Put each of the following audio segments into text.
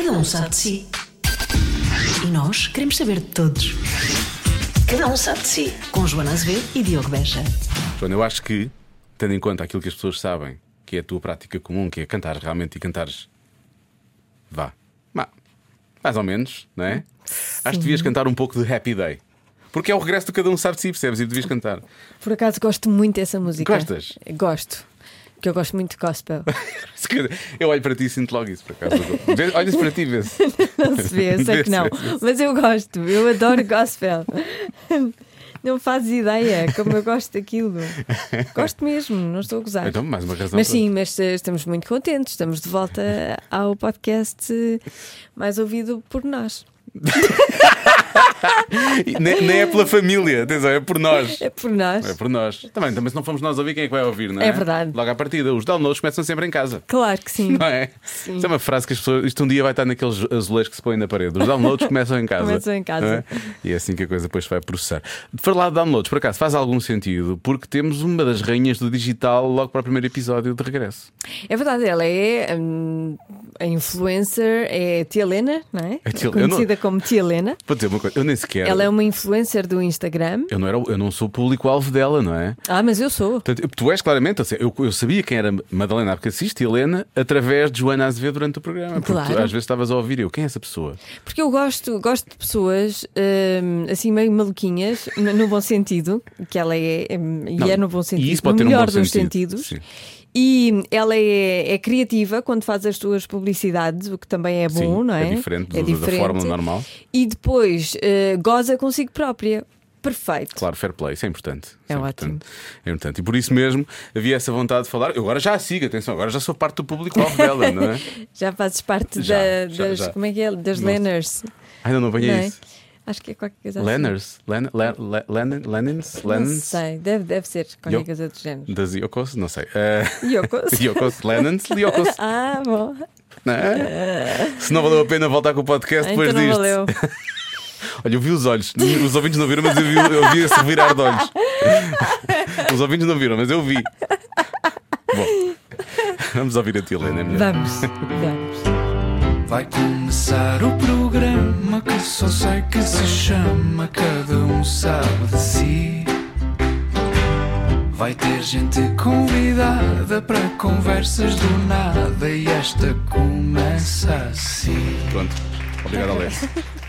Cada um sabe de si. E nós queremos saber de todos. Cada um sabe de si. Com Joana Azevedo e Diogo Beja. Joana, eu acho que, tendo em conta aquilo que as pessoas sabem, que é a tua prática comum, que é cantar realmente e cantares. Mais ou menos, não é? Sim. Acho que devias cantar um pouco de Happy Day. Porque é o regresso de Cada Um Sabe de Si, percebes? E devias cantar. Por acaso gosto muito dessa música. Gostas? Gosto. Porque eu gosto muito de gospel. Eu olho para ti e sinto logo isso, por acaso. Olhas para ti e vê-se. Não se vê, eu sei que não. Mas eu gosto, eu adoro gospel. Não fazes ideia como eu gosto daquilo. Gosto mesmo, não estou a gozar. Então, mais uma razão. Mas sim, mas estamos muito contentes. Estamos de volta ao podcast mais ouvido por nós. Nem é pela família, atenção, é por nós. É por nós. É por nós. Também se não fomos nós a ouvir, quem é que vai ouvir, não é? É verdade. Logo à partida, os downloads começam sempre em casa. Claro que sim. Não é? Sim. Isso é uma frase que as pessoas. Isto um dia vai estar naqueles azulejos que se põem na parede. Os downloads começam em casa. Começam em casa. Não é? E é assim que a coisa depois vai processar. De falar de downloads, por acaso, faz algum sentido, porque temos uma das rainhas do digital logo para o primeiro episódio de regresso. É verdade, ela é a influencer, é a Tia Helena, não é? Conhecida como Tia Helena. Vou dizer uma coisa, eu nem sequer. Ela é uma influencer do Instagram. Eu não sou o público-alvo dela, não é? Mas eu sou. Portanto, tu és claramente, eu sabia quem era Madalena Abcacis, Helena, através de Joana Azevedo durante o programa. Porque Claro. tu, às vezes estavas a ouvir quem é essa pessoa? Porque eu gosto de pessoas assim meio maluquinhas, no bom sentido, que ela é, e é no bom sentido, E isso pode ter no um melhor bom dos sentido. sentidos. Sim. E ela é criativa quando faz as suas publicidades, o que também é bom, Sim, não é? É diferente da fórmula normal. E depois goza consigo própria. Perfeito. Claro, fair play, isso é importante. É Isso ótimo. importante. É importante. E por isso mesmo havia essa vontade de falar. Eu agora já a sigo, atenção, agora já sou parte do público-alvo dela, não é? Já fazes parte Já. como é que é? Das Nossa. Lenners. Ainda não venho Não a é? isso. Acho que é qualquer coisa assim. Lenners? Lennons? Não sei, deve ser qualquer coisa do género. Das Iocos? Não sei. Yokos. Iocos, Lennons, Liocos. Bom. Não é? Se não valeu a pena voltar com o podcast depois Então não disto. valeu. Olha, eu vi os olhos. Os ouvintes não viram, mas eu vi esse virar de olhos. Os ouvintes não viram, mas eu vi. Bom, vamos ouvir a tia Helena, é melhor. Vamos. Vai começar o programa que só sei que se chama Cada Um Sabe de Si. Vai ter gente convidada para conversas do nada e esta começa assim. Pronto, obrigado, Alex.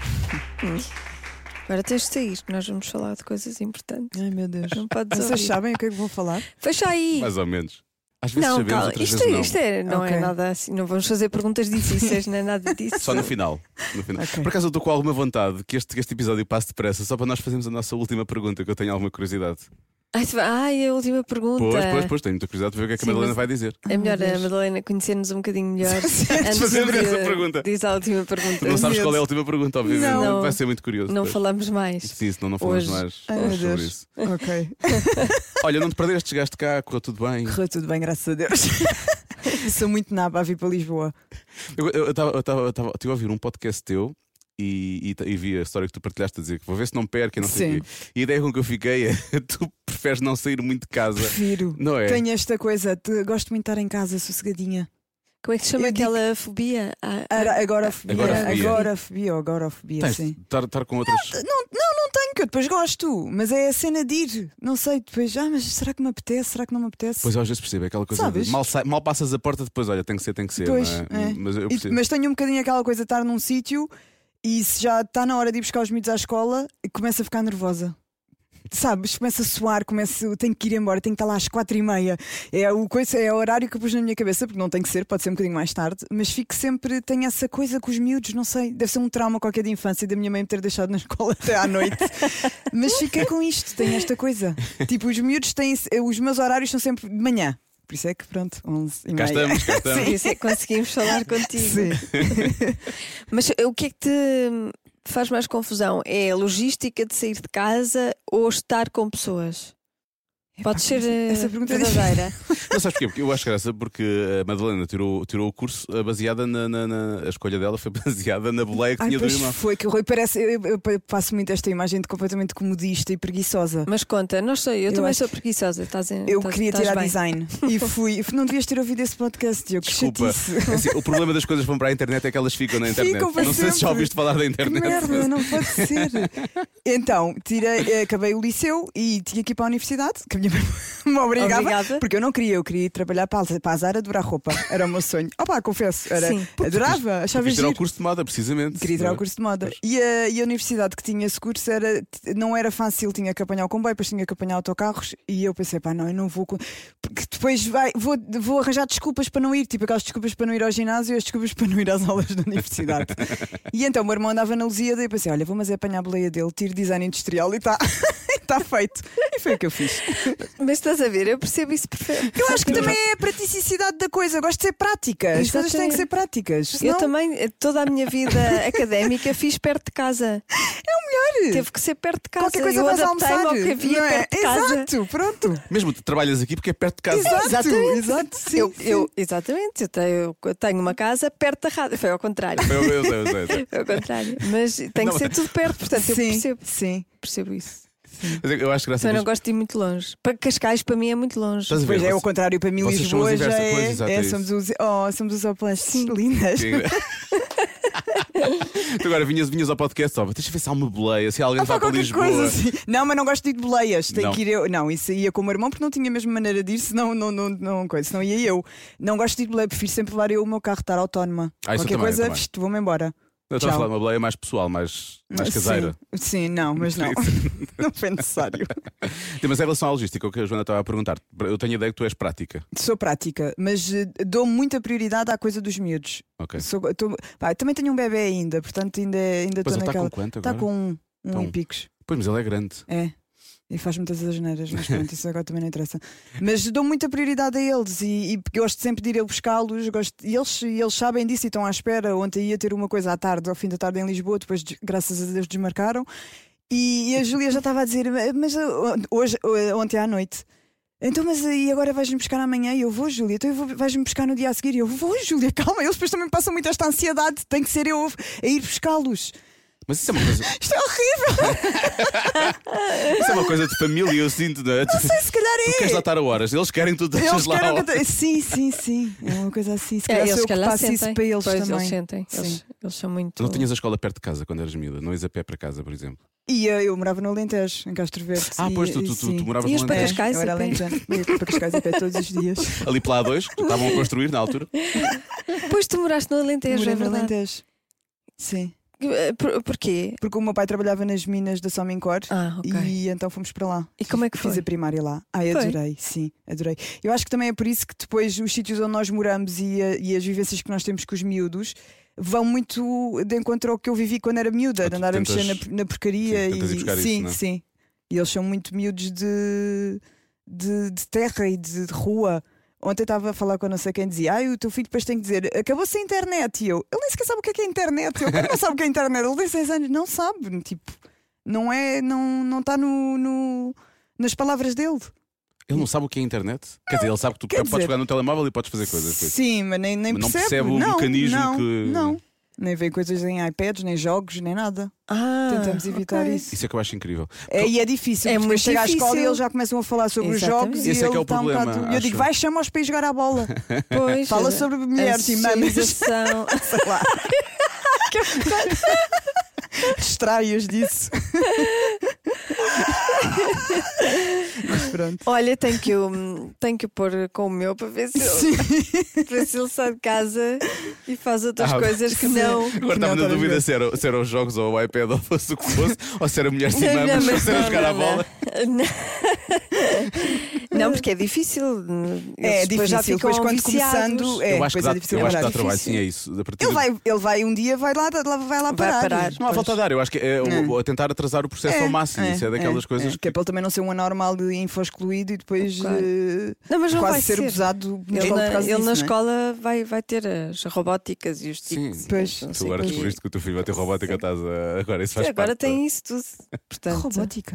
Agora tens de sair, que nós vamos falar de coisas importantes. Ai meu Deus. Não podes Vocês ouvir. sabem o que é que vou falar? Fecha aí. Mais ou menos. Às vezes Não, sabemos, calma. outras Isto vezes não. não Ok. é nada assim. Não vamos fazer perguntas difíceis, nem nada disso. Só no final. Ok. Por acaso eu estou com alguma vontade que este episódio passe depressa, só para nós fazermos a nossa última pergunta, que eu tenho alguma curiosidade. A última pergunta. Pois, tenho muita curiosidade para ver o que é que a Sim, Madalena mas vai dizer. É melhor a Madalena conhecer-nos um bocadinho melhor antes fazermos essa pergunta. Diz a última pergunta. Tu não sabes qual é a última pergunta, obviamente. Não. Vai ser muito curioso. Não depois. falamos mais. Sim, senão não falamos Hoje. mais Ai meu sobre Deus. isso. Ok. Olha, não te perdeste, chegaste cá, correu tudo bem. Correu tudo bem, graças a Deus. Sou muito naba a vir para Lisboa. Eu estive a ouvir um podcast teu e vi a história que tu partilhaste a dizer que vou ver se não perca e não sei o Sim. quê. E a ideia com que eu fiquei é tu preferes não sair muito de casa. Prefiro. Não é? Tenho esta coisa, gosto muito de estar em casa sossegadinha. Como é que se chama Eu digo- aquela fobia? Agorafobia. Agorafobia. Agorafobia, Tens sim. de estar com outras. Não tenho, que eu depois gosto. Mas é a cena de ir. Não sei, depois, mas será que me apetece? Será que não me apetece? Pois eu às vezes percebo, é aquela coisa Sabes? de mal passas a porta, depois olha, tem que ser. Pois, não é? é. Mas eu percebo. Mas tenho um bocadinho aquela coisa de estar num sítio e se já está na hora de ir buscar os miúdos à escola, começo a ficar nervosa. Sabes, começa a suar, tenho que ir embora, tenho que estar lá às 4h30. É o horário que eu pus na minha cabeça, porque não tem que ser, pode ser um bocadinho mais tarde, mas fico sempre, tenho essa coisa com os miúdos, não sei, deve ser um trauma qualquer de infância da minha mãe me ter deixado na escola até à noite. Mas fiquei com isto, tenho esta coisa. Tipo, os miúdos têm, os meus horários são sempre de manhã. Por isso é que pronto, 11h30. Cá estamos. Por isso é que conseguimos falar contigo. Sim. Mas o que é que te faz mais confusão? É a logística de sair de casa ou estar com pessoas? Pode ser essa pergunta é verdadeira. Não sabes porquê? Porque eu acho graça porque a Madalena tirou o curso baseada a escolha dela foi baseada na boleia que tinha do pois irmão. foi, que horror. Parece, eu passo muito esta imagem de completamente comodista e preguiçosa. Mas conta, não sei, eu também sou preguiçosa. Eu queria tirar bem. design e fui. Não devias ter ouvido esse podcast, Diogo. Que Desculpa. chatice. Assim, o problema das coisas que vão para a internet é que elas ficam na internet. Ficam para Não sei se já sempre. ouviste falar da Que internet. merda, não pode ser. Então, acabei o liceu e tinha que ir para a universidade, que a minha mãe me obrigava. Obrigada. Porque eu queria ir trabalhar para a Zara, adorar roupa. Era o meu sonho. Opá, confesso, Sim. adorava, achava Quis tirar giro. o curso de moda, precisamente. Queria tirar o curso de moda. E a universidade que tinha esse curso não era fácil, tinha que apanhar o comboio, depois tinha que apanhar autocarros. E eu pensei, pá, não, eu não vou. Porque depois vou arranjar desculpas para não ir, tipo aquelas desculpas para não ir ao ginásio e as desculpas para não ir às aulas da universidade. E então o meu irmão andava na Lusíada e eu pensei, olha, vou mas é apanhar a boleia dele, tiro design industrial e está feito. E foi o que eu fiz. Mas estás a ver, eu percebo isso perfeitamente. Eu acho que também é a praticidade da coisa, eu gosto de ser prática. As coisas têm que ser práticas. Eu senão- também, toda a minha vida académica, fiz perto de casa. Melhor. Teve que ser perto de casa. Qualquer coisa eu vais adaptei-me almoçar. ao que havia não é? perto de casa. Exato, pronto. Mesmo tu trabalhas aqui porque é perto de casa. Exato, sim, Exatamente, eu tenho uma casa perto da rádio. Foi ao contrário. Eu sei. Foi ao contrário. Mas tem Não, que ser tudo perto, portanto eu sim, sim. percebo isso. Mas eu acho graça. Então eu não gosto de ir muito longe. Para Cascais, para mim, é muito longe. Estás a ver? Pois é, o contrário para mim, Vocês são Lisboa as já inversas, pois, exato, é somos os opostos. Lindas. Sim. Tu agora vinhas ao podcast, deixa eu ver se há uma boleia, se alguém vai para Qualquer Lisboa. coisa assim. Não, mas não gosto de ir de boleias. Tem Não. que ir eu. Não, isso ia com o meu irmão porque não tinha a mesma maneira de ir, senão senão ia eu. Não gosto de ir de boleia, prefiro sempre levar eu o meu carro, estar autónoma. Ah, isso Qualquer também, coisa, também. vou-me embora. Eu estava a Tchau. falar de uma boleia mais pessoal, mais caseira. Sim, não, mas não. Não foi necessário. Sim, mas em relação à logística, o que a Joana estava a perguntar, eu tenho a ideia que tu és prática. Sou prática, mas dou muita prioridade à coisa dos miúdos. Ok. Também tenho um bebê ainda, portanto ainda Pois estou ele está naquela. com quanto Está agora? com um Então, e picos. Pois, mas ele é grande. É. E faz muitas asneiras, mas pronto, isso agora também não interessa. Mas dou muita prioridade a eles e gosto sempre de ir buscá-los. E eles sabem disso e estão à espera. Ontem ia ter uma coisa à tarde, ao fim da tarde em Lisboa, depois, graças a Deus, desmarcaram. E a Júlia já estava a dizer, mas ontem à noite. Então, mas e agora vais-me buscar amanhã? E eu vou, Júlia. Então vais-me buscar no dia a seguir? E eu vou, Júlia, calma. Eles depois também passam muito esta ansiedade. Tem que ser eu a ir buscá-los. Mas isso é uma coisa, Isto é horrível. isso é uma coisa de família, eu sinto, não é? Não sei, se calhar Tu é. queres lá estar a horas, eles querem que tu deixas Eles lá. querem sim. É uma coisa assim. Se calhar eles se eu se calhar ocupasse isso sentem. para eles Pois, também. eles sentem. Sim. Eles são muito. Tu não tinhas a escola perto de casa quando eras miúda, não ias a pé para casa, por exemplo. E eu morava no Alentejo, em Castro Verde. Pois tu sim. moravas Ias no para Alentejo. Cascais Eu era a pé? alentejana. Eu ia para Cascais a pé todos os dias. Ali pela A2, que estavam a construir na altura. Pois tu moraste no Alentejo, Morei é no verdade. Alentejo. Sim. Porquê? Porque o meu pai trabalhava nas minas da Somincor Ok. e então fomos para lá. E como é que Fiz foi? a primária lá. Ai, Foi? adorei, sim, adorei. Eu acho que também é por isso que depois os sítios onde nós moramos e as vivências que nós temos com os miúdos vão muito de encontro ao que eu vivi quando era miúda, de tu andar a tentas- mexer na porcaria. sim, tentas ir buscar isso, sim, não é? sim. E eles são muito miúdos de terra e de rua. Ontem estava a falar com não sei quem dizia: o teu filho depois tem que dizer, acabou-se a internet. E ele nem sequer sabe o que é internet. Como não sabe o que é internet? Ele tem 6 anos, não sabe. Tipo, não está nas palavras dele. Ele não sabe o que é internet? Quer dizer, ele sabe que tu quer podes dizer- jogar no telemóvel e podes fazer coisas. Pois. Sim, mas nem Mas não percebe. percebe o mecanismo não, que- Não, nem vê coisas em iPads, nem jogos, nem nada. Tentamos evitar ok. isso. Isso é que eu acho incrível. E é difícil, É porque muito depois chega à escola e difícil. eles já começam a falar sobre os Exatamente. jogos e Esse é ele que é o está problema, um bocado. Eu acho. digo, vai, chama-os para ir jogar à bola. Pois, Fala sobre mulheres e mamas. socialização. Sei lá. Distrai-os disso. Mas pronto. Olha, tenho que o pôr com o meu para ver se ele sai de casa e faz outras coisas que não. Agora estava na estás a dúvida ver. se era os jogos ou o iPad ou fosse o que fosse, ou se era mulheres e Não, mamas, ou mas se era não, jogar à não, bola. Não, porque é difícil. É Eles depois difícil. já ficam Depois quando viciados. começando. Eu acho que depois dá, é difícil eu acho que dá parar. trabalho, sim, é isso. A partir Ele vai um dia, vai lá parar. Não há volta a dar, eu acho que é a tentar atrasar o processo ao máximo. Isso é daquelas coisas que é para ele também não ser um anormal de info excluído e depois Claro. Não, mas não quase vai ser ser. abusado na Ele escola por na, causa ele disso, na não é? escola vai ter as robóticas e os Sim. tics. Pois. não Tu sei agora quê. descobriste que o teu filho vai ter robótica, estás agora isso faz Agora parte. tem isso tudo. Portanto, Robótica.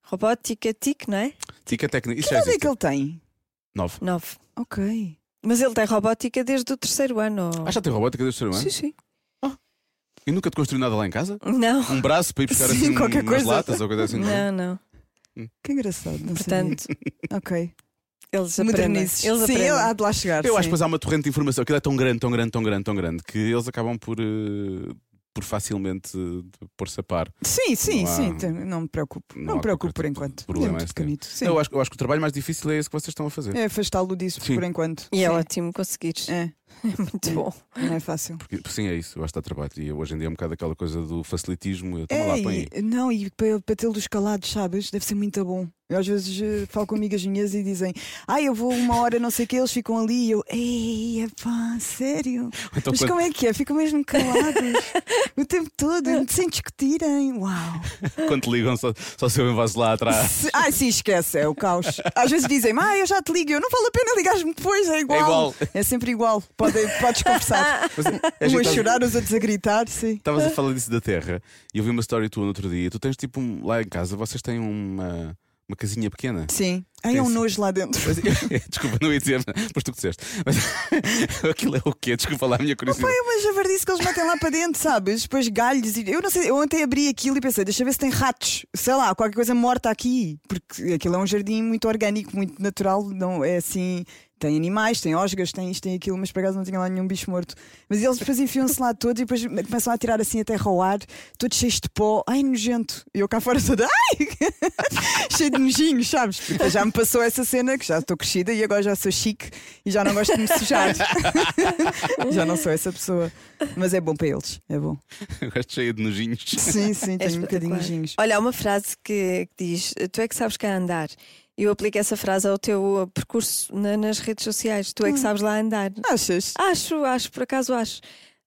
Robótica, TIC, não é? TIC é técnica. Isso Que já idade é existe. que ele tem? 9. 9. Ok. Mas ele tem robótica desde o 3º ano. Já tem robótica desde o ano? Sim, sim. E nunca te construiu nada lá em casa? Não. Um braço para ir buscar Sim, assim qualquer umas coisa. latas ou coisa assim? Não. Que engraçado. Não Portanto, sabia. Ok. eles aprendem. Modernices. Eles Sim, aprendem. há de lá chegar. Eu acho que sim. depois há uma torrente de informação. Aquilo é tão grande, tão grande, tão grande, tão grande que eles acabam por facilmente pôr-se a par. Sim, Não há- não me preocupo. não Não há me preocupo qualquer por tipo de enquanto. problema É muito esse pequenito. Sim. Eu acho que o trabalho mais difícil é esse que vocês estão a fazer. É afastá-lo disso Sim. por enquanto. E é Sim. ótimo conseguires. É, É muito bom. não é fácil. Porque, sim, é isso. Eu acho que dá trabalho. E hoje em dia é um bocado aquela coisa do facilitismo. Eu tomo lá, põe aí. Não, e para tê-los calados, sabes? Deve ser muito bom. Eu às vezes falo com amigas minhas e dizem: eu vou uma hora, não sei o que, eles ficam ali e eu, ei, pá, sério? Então, Mas quando, como é que é? Ficam mesmo calados o tempo todo, sem discutirem. Uau! quando te ligam, só se ouvem voz lá atrás. Sim, esquece, é o caos. Às vezes dizem-me: eu já te ligo, eu não vale a pena ligares-me depois, é igual. É igual. É sempre igual. Podes conversar. Mas Uns a jeitoso. chorar, os outros a gritar, sim. Estavas a falar disso da terra e eu vi uma story tua no outro dia. Tu tens tipo lá em casa, vocês têm uma casinha pequena. Sim. É um Sim. nojo lá dentro. Mas, desculpa, não ia dizer, mas tu que disseste. Mas aquilo é o quê? Desculpa lá a minha curiosidade. É uma javardice que eles metem lá para dentro, sabes? Depois galhos e eu não sei, eu ontem abri aquilo e pensei, deixa ver se tem ratos, sei lá, qualquer coisa morta aqui, porque aquilo é um jardim muito orgânico, muito natural, não é assim. Tem animais, tem osgas, tem isto, tem aquilo, mas por acaso não tinha lá nenhum bicho morto. Mas eles depois enfiam-se lá todos e depois começam a tirar assim a terra ao ar, todos cheios de pó, nojento. E eu cá fora toda, cheio de nojinhos, sabes? Porque já me passou essa cena que já estou crescida e agora já sou chique e já não gosto de me sujar. Já não sou essa pessoa. Mas é bom para eles, é bom. Eu gosto cheio de nojinhos. Sim, É tenho um bocadinho espetacular. de nojinhos. Olha, há uma frase que diz: tu é que sabes cá andar. Eu aplico essa frase ao teu percurso nas redes sociais. Tu é que sabes lá andar. Achas? Acho, por acaso acho.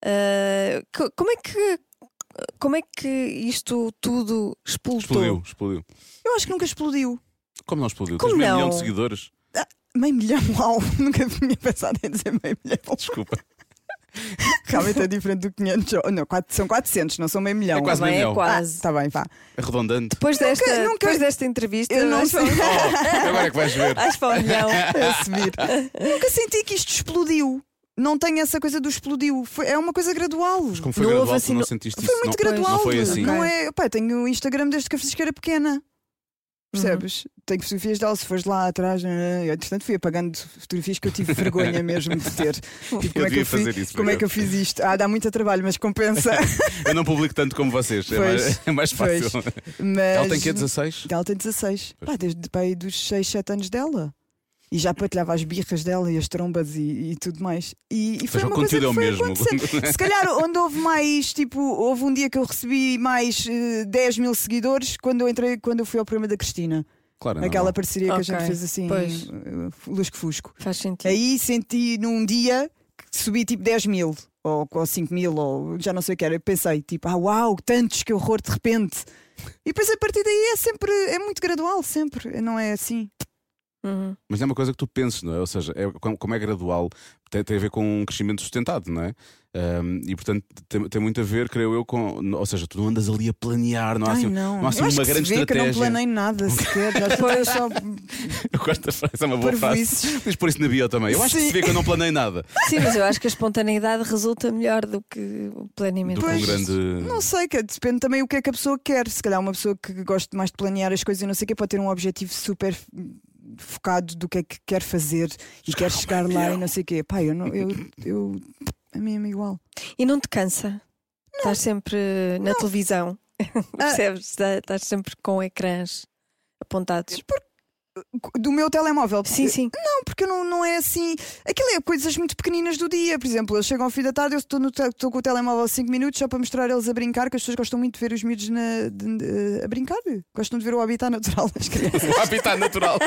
Como é que isto tudo explodiu? Explodiu. Eu acho que nunca explodiu. Como não explodiu? Como Tens meio não? milhão de seguidores. Meio milhão, uau, nunca tinha pensado em dizer meio milhão. Desculpa. Realmente é diferente do 500. Não, são 400, não são meio milhão. É quase Também meio é milhão. quase. Está bem, vá. Arredondando. Depois desta entrevista, Eu não vais sei. para- Agora é que vais ver. vais para o milhão. A subir. Nunca senti que isto explodiu. Não tenho essa coisa do explodiu. É uma coisa gradual. Mas como foi Não houve gradual, assim, tu não não- sentiste Foi isso? muito não, gradual. Não foi assim. Não é, pá, tenho o Instagram desde que a Francisca era pequena. Percebes? Uhum. Tenho fotografias dela, se fores lá atrás. Eu, entretanto, fui apagando fotografias que eu tive vergonha mesmo de ter. Tipo, como é que devia eu fui- fazer isso, como é por que eu fiz isto? Dá muito trabalho, mas compensa. Eu não publico tanto como vocês. Pois, É mais fácil. pois. Mas... Ela tem que 16? Ela tem 16. Pois. Pá, desde pai dos 6, 7 anos dela. E já partilhava as birras dela e as trombas e tudo mais. E foi Mas o uma coisa conteúdo é que o foi mesmo. acontecendo. Se calhar onde houve mais, tipo, houve um dia que eu recebi mais 10 mil seguidores quando eu fui ao programa da Cristina. Claro, Aquela parceria que a gente Ok, fez assim, pois. lusco-fusco. Faz sentido. Aí senti num dia que subi tipo 10 mil ou 5 mil ou já não sei o que era. Eu pensei tipo, uau, tantos, que horror de repente. E depois a partir daí é muito gradual, sempre. Não é assim. Uhum. Mas é uma coisa que tu penses, não é? Ou seja, como é gradual, tem a ver com um crescimento sustentado, não é? E portanto tem muito a ver, creio eu, com. Ou seja, tu não andas ali a planear, não há assim, não. há assim Eu acho uma que grande se vê que eu não estratégia. planei nada sequer. Já estou só Eu gosto da frase, é uma boa frase. parvoíces. Tens por isso na bio também. Eu acho que Sim. se vê que eu não planei nada. Sim, mas eu acho que a espontaneidade resulta melhor do que o planeamento. Do que um Pois, grande. Não sei, que depende também o que é que a pessoa quer. Se calhar uma pessoa que gosta mais de planear as coisas e não sei o que pode ter um objetivo super focado do que é que quer fazer e quer chegar lá e não sei o quê. Pá, a mim é igual. E não te cansa? Estás sempre na televisão. Percebes? Estás sempre com ecrãs apontados. Do meu telemóvel. Sim, sim. Não, porque não é assim. Aquilo é coisas muito pequeninas do dia. Por exemplo, eu chego ao fim da tarde, eu estou com o telemóvel 5 minutos só para mostrar eles a brincar, que as pessoas gostam muito de ver os miúdos a brincar. Gostam de ver o habitat natural das crianças. O habitat natural.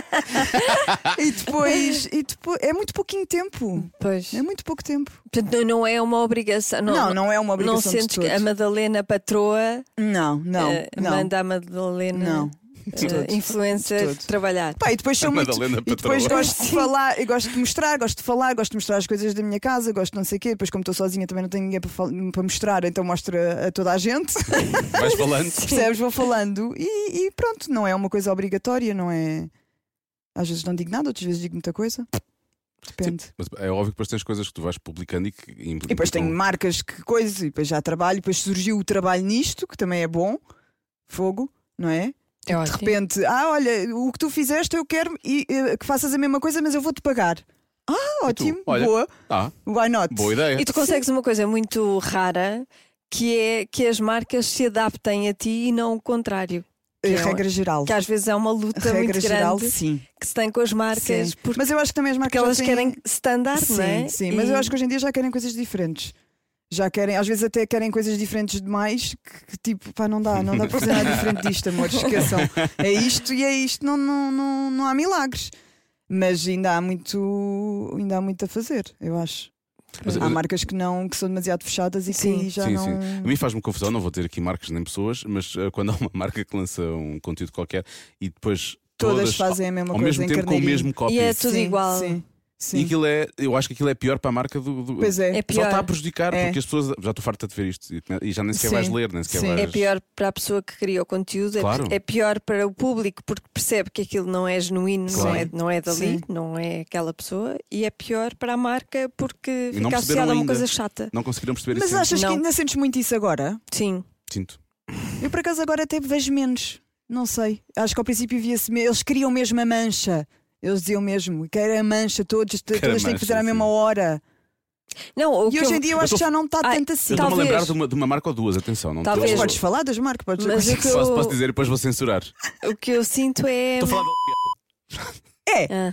e depois é muito pouquinho tempo. Pois. É muito pouco tempo. Portanto, não é uma obrigação. Não é uma obrigação. Não sentes de que a todo. Madalena patroa Não. manda a Madalena. Não. influencer Todo. de trabalhar. Pá, e depois sou A muito. Madalena E depois Patroa. gosto de falar, eu gosto de mostrar, gosto de falar, gosto de mostrar as coisas da minha casa, gosto de não sei o quê. Depois, como estou sozinha, também não tenho ninguém para mostrar, então mostro a toda a gente. Vais falando. Percebes? Vou falando e pronto, não é uma coisa obrigatória, não é. Às vezes não digo nada, outras vezes digo muita coisa. Depende. Mas é óbvio que depois tens coisas que tu vais publicando e que E depois tenho marcas que coisa, e depois já trabalho, e depois surgiu o trabalho nisto, que também é bom, fogo, não é? É De ótimo. repente, olha, o que tu fizeste eu quero que faças a mesma coisa, mas eu vou-te pagar. Ótimo, Olha, boa, Ah, why not? boa ideia. E tu consegues uma coisa muito rara, que é que as marcas se adaptem a ti e não o contrário. É Que a regra geral. Que às vezes é uma A luta regra muito geral, grande sim. que se tem com as marcas, Sim. porque Mas eu acho que também as marcas elas já têm... querem standard, sim, não é? sim, mas eu acho que hoje em dia já querem coisas diferentes. Já querem, às vezes até querem coisas diferentes demais que tipo, pá, não dá para fazer nada diferente disto, amores, esqueçam. É isto e é isto, não há milagres. Mas ainda há muito a fazer, eu acho. Mas- Há marcas que são demasiado fechadas e que Sim. aí já sim, não. sim. A mim faz-me confusão, não vou ter aqui marcas nem pessoas, mas quando há uma marca que lança um conteúdo qualquer e depois Todas fazem a mesma ao coisa mesmo em tempo com o carneirinho. mesmo copy. E é tudo Sim, igual. Sim, E sim. aquilo eu acho que aquilo é pior para a marca do. Pois é. É Só pior. está a prejudicar, É. porque as pessoas. Já estou farta de ver isto e já nem sequer Sim. vais ler, nem sequer Sim. vais. É pior para a pessoa que cria o conteúdo, Claro. é pior para o público porque percebe que aquilo não é genuíno, Claro. não é dali, Sim. não é aquela pessoa, e é pior para a marca porque E não fica perceberam associada a uma ainda. coisa chata. Não conseguiram perceber Mas isso. achas que Não. ainda sentes muito isso agora? Sim. Sinto. Eu por acaso agora até vejo menos. Não sei. Acho que ao princípio via-se. Eles queriam mesmo a mancha. Eles diziam mesmo que era a mancha, todas têm mancha, que fazer à mesma sim. hora. Não, o E que hoje eu- em dia eu acho que já não está Ai, tanto assim. Eu estou-me a Talvez. lembrar de uma marca ou duas, atenção. Não Talvez. Mas estou- podes falar das marcas, podes Mas dizer o que eu- Posso dizer e depois vou censurar. o que eu sinto é. Estou a falar da. É. Ah.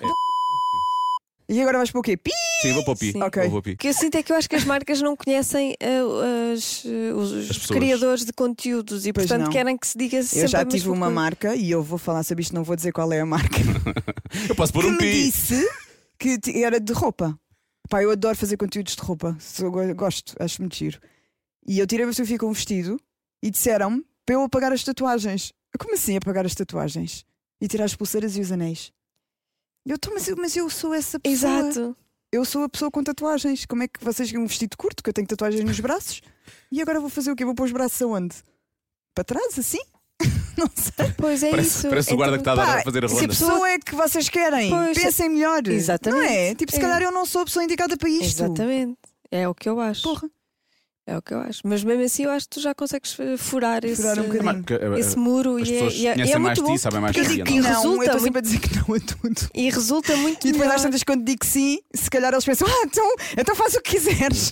E agora vais para o quê? Pi! Sim, vou para o Pi. Sim. Ok. Vou para o Pi. O que eu sinto é que eu acho que as marcas não conhecem os As pessoas. criadores de conteúdos e, Pois portanto, não. querem que se diga sempre Eu já a mesma tive uma coisa. marca e eu vou falar sobre isto, não vou dizer qual é a marca. Eu posso pôr que um me Pi. disse que era de roupa. Pá, eu adoro fazer conteúdos de roupa. Gosto, acho muito giro. E eu tirei uma fotografia com um vestido e disseram-me para eu apagar as tatuagens. Como assim apagar as tatuagens? E tirar as pulseiras e os anéis? Mas eu sou essa pessoa. Exato. Eu sou a pessoa com tatuagens. Como é que vocês têm um vestido curto, que eu tenho tatuagens nos braços? E agora vou fazer o quê? Vou pôr os braços aonde? Para trás, assim? Não sei. Pois é Parece, isso. parece o guarda que está a dar Pá, a fazer a se ronda. pessoa é que vocês querem, Pois, pensem melhor. exatamente. Não é? Tipo, se É. calhar eu não sou a pessoa indicada para isto. Exatamente. É o que eu acho. Porra. É o que eu acho. Mas mesmo assim eu acho que tu já consegues furar esse, Furar um bocadinho. Mas, porque, esse muro as e pessoas é conhecem mais muito de bom. ti, sabem mais Eu de ti. digo que E não, eu resulta estou muito- sempre a dizer que não a tudo. E resulta muito E depois melhor. às tantas quando digo que sim, se calhar eles pensam, então faz o que quiseres.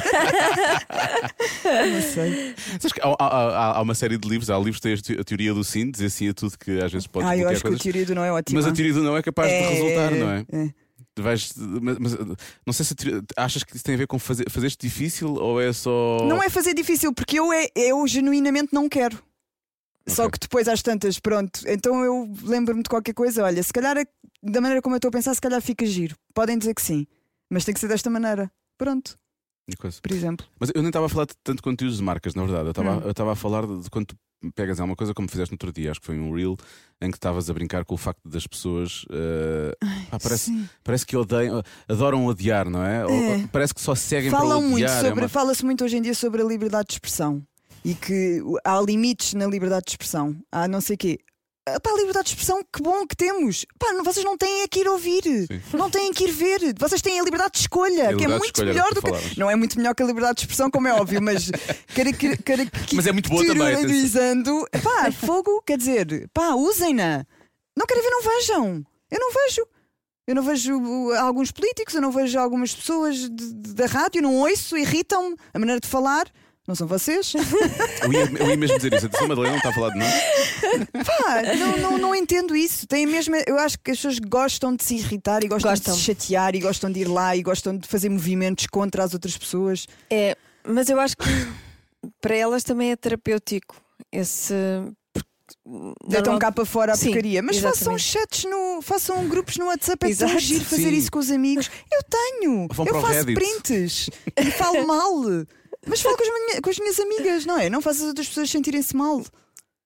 Não sei. Sabes que há uma série de livros, há livros que têm a teoria do sim, dizer sim a tudo que às vezes pode Eu bloquear acho que a coisas. teoria do não é ótima. Mas a teoria do não é capaz de resultar, não é? É. Mas não sei se achas que isso tem a ver com fazer-te difícil ou é só. Não é fazer difícil, porque eu genuinamente não quero. Só Ok. que depois às tantas, pronto. Então eu lembro-me de qualquer coisa. Olha, se calhar da maneira como eu estou a pensar, se calhar fica giro. Podem dizer que sim, mas tem que ser desta maneira. Pronto, E coisa. por exemplo. Mas eu nem estava a falar de tanto conteúdos de marcas, na verdade. Eu estava a falar de quando tu pegas alguma coisa, como fizeste no outro dia, acho que foi um reel, em que estavas a brincar com o facto das pessoas. Sim. Parece que adoram odiar, não é? Ou parece que só seguem Falam para muito odiar. sobre, fala-se muito hoje em dia sobre a liberdade de expressão e que há limites na liberdade de expressão. Há não sei quê. Pá, a liberdade de expressão, que bom que temos. Pá, vocês não têm é que ir ouvir, não têm que ir ver. Vocês têm a liberdade de escolha, que é liberdade de muito escolha, melhor era o do que tu falavas. que. Não é muito melhor que a liberdade de expressão, como é óbvio, mas Mas é muito boa também, atenção. caracterizando. Pá, fogo, quer dizer, pá, usem-na. Não querem ver, não vejam. Eu não vejo. Eu não vejo alguns políticos, eu não vejo algumas pessoas da rádio, não ouço, irritam-me a maneira de falar. Não são vocês? Eu ia mesmo dizer isso. Atenção, Madalena não está a falar de nós. Pá, não entendo isso. Tem mesmo, eu acho que as pessoas gostam de se irritar e gostam de se chatear e gostam de ir lá e gostam de fazer movimentos contra as outras pessoas. É, mas eu acho que para elas também é terapêutico esse. Deitam cá para fora a Sim, porcaria. Mas façam exatamente. chats, façam grupos no WhatsApp. É tão Exato. giro fazer Sim. isso com os amigos. Eu tenho. Vão para Eu o faço Reddit. prints e falo mal. Mas falo com as minhas amigas, não é? Não faço as outras pessoas sentirem-se mal.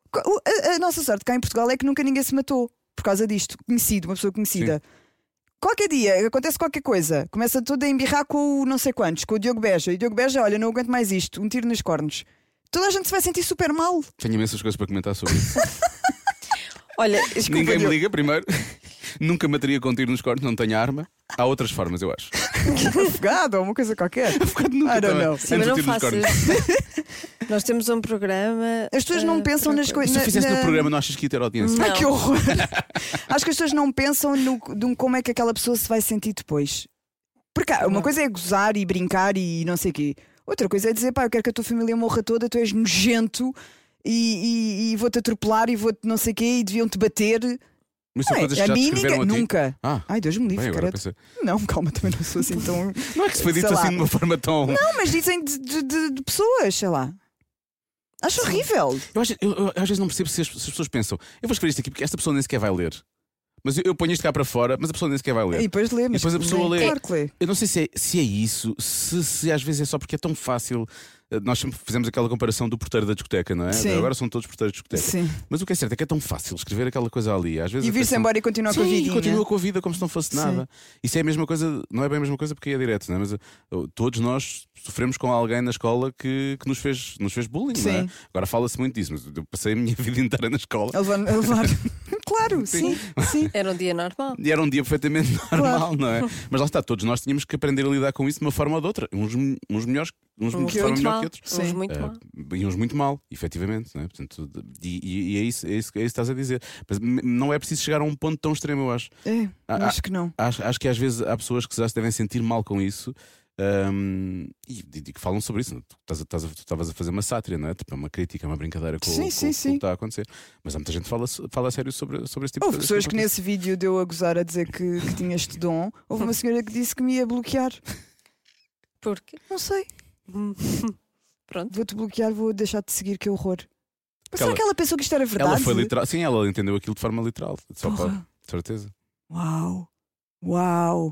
A nossa sorte cá em Portugal é que nunca ninguém se matou por causa disto. Conhecido, uma pessoa conhecida. Sim. Qualquer dia acontece qualquer coisa, começa tudo a embirrar com o não sei quantos, com o Diogo Beja. E o Diogo Beja, olha, não aguento mais isto, um tiro nos cornos. Toda a gente se vai sentir super mal. Tenho imensas coisas para comentar sobre isso. Olha, ninguém me liga primeiro. Nunca mataria com tiro nos cornos, não tenho arma. Há outras formas, eu acho. Afogado ou uma coisa qualquer. Afogado nunca. Não. Sim, mas não faças. Nós temos um programa. As pessoas não pensam nas coisas. Se tu fizesse no programa, não achas que ia ter audiência? Ai, que horror! Acho que as pessoas não pensam no como é que aquela pessoa se vai sentir depois. Porque uma coisa é gozar e brincar e não sei o quê. Outra coisa é dizer, pá, eu quero que a tua família morra toda, tu és nojento e vou-te atropelar e vou-te não sei o quê e deviam-te bater. Mas são coisas que já te escreveram a ti? Nunca. Ai, Deus me livre, cara. Não, calma, também não sou assim tão. Não é que se foi dito assim de uma forma tão. Não, mas dizem de pessoas, sei lá. Acho horrível. Eu às vezes não percebo se as pessoas pensam, eu vou escrever isto aqui porque esta pessoa nem sequer vai ler. Mas eu ponho isto cá para fora, mas a pessoa nem sequer vai ler. E depois lê, mas depois a pessoa lê. Claro que lê. Eu não sei se é isso, se às vezes é só porque é tão fácil. Nós sempre fizemos aquela comparação do porteiro da discoteca, não é? Sim. Agora são todos porteiros de discoteca. Sim. Mas o que é certo é que é tão fácil escrever aquela coisa ali. Às vezes e vir-se embora e continuar com a vida. Continua com a vida como se não fosse nada. Isso é a mesma coisa, não é bem a mesma coisa porque é direto, não é? Mas todos nós sofremos com alguém na escola que nos fez bullying, não é? Agora fala-se muito disso, mas eu passei a minha vida inteira na escola. A levar. Claro, sim. Era um dia normal. E era um dia perfeitamente normal, não é? Mas lá está, todos nós tínhamos que aprender a lidar com isso de uma forma ou de outra. Uns melhores, uns de forma melhor que outros. Uns muito mal. E uns muito mal, efetivamente, não é? Portanto, e é isso que estás a dizer. Mas não é preciso chegar a um ponto tão extremo, eu acho. Acho que não. Acho que às vezes há pessoas que já se devem sentir mal com isso. E que falam sobre isso. Tu estavas a fazer uma sátira, não é? Tipo, uma crítica, uma brincadeira com o que está a acontecer. Mas há muita gente que fala a sério sobre esse tipo de coisas. Houve pessoas que nesse vídeo deu a gozar a dizer que tinha este dom. Houve uma senhora que disse que me ia bloquear. Porquê? Não sei. Pronto. Vou-te bloquear, vou deixar de seguir, que horror. Mas será que ela pensou que isto era verdade? Ela foi literal. Sim, ela entendeu aquilo de forma literal. Só para, de certeza. Uau!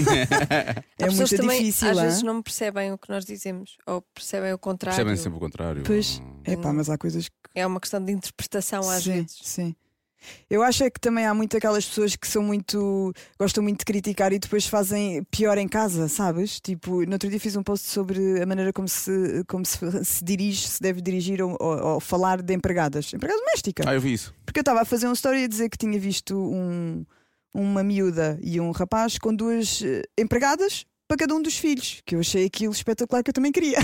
É muito também, difícil. Às vezes não percebem o que nós dizemos, ou percebem o contrário. Percebem sempre o contrário. Pois, mas há coisas que. É uma questão de interpretação às vezes. Sim. Eu acho é que também há muito aquelas pessoas que gostam muito de criticar e depois fazem pior em casa, sabes? Tipo, no outro dia fiz um post sobre a maneira como se deve dirigir ou falar de empregada doméstica. Eu vi isso. Porque eu estava a fazer uma história a dizer que tinha visto uma miúda e um rapaz com 2 empregadas para cada um dos filhos, que eu achei aquilo espetacular, que eu também queria.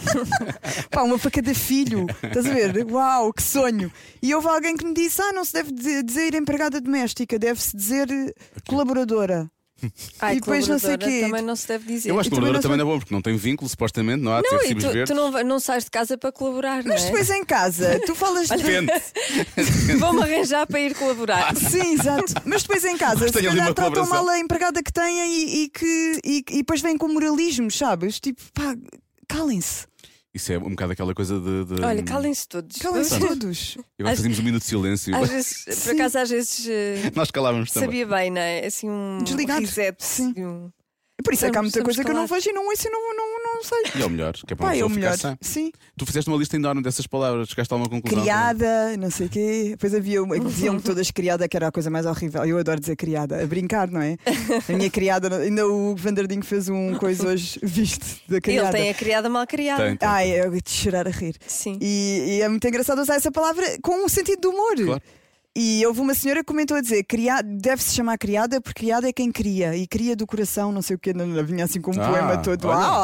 Pá, uma para cada filho, estás a ver? Uau, que sonho! E houve alguém que me disse: não se deve dizer empregada doméstica, deve-se dizer colaboradora. E depois não sei quê. Também não se deve dizer. Eu acho que colaboradora também não é bom, porque não tem vínculo, supostamente, não há recibos verdes. Tu não sais de casa para colaborar, mas depois em casa, tu falas Depende. Vou-me arranjar para ir colaborar. Sim, exato. Mas depois em casa, se calhar tratam mal a empregada que tenha e depois vem com moralismos, sabes? Tipo, pá, calem-se. Isso é um bocado aquela coisa de... Olha, calem-se todos. Calem-se todos. E agora fazíamos um minuto de silêncio. Às vezes, por acaso, às vezes nós calávamos também. sabia bem, não é? Assim Desligado. reset. Sim. Por isso é que há muita coisa que eu não vejo e não ouço e não sei. E é o melhor, que é para uma pessoa ficar sã. Sim. Tu fizeste uma lista enorme dessas palavras, chegaste a uma conclusão. Criada, não sei o quê. Depois diziam-me todas criada, que era a coisa mais horrível. Eu adoro dizer criada, a brincar, não é? A minha criada, ainda o Vanderdinho fez um coisa hoje, viste, da criada. Ele tem a criada mal criada. Tem. Eu de chorar a rir. Sim. E é muito engraçado usar essa palavra com um sentido de humor. Claro. E houve uma senhora que comentou a dizer: deve-se chamar criada, porque criada é quem cria, e cria do coração, não sei o quê, vinha assim com um poema todo.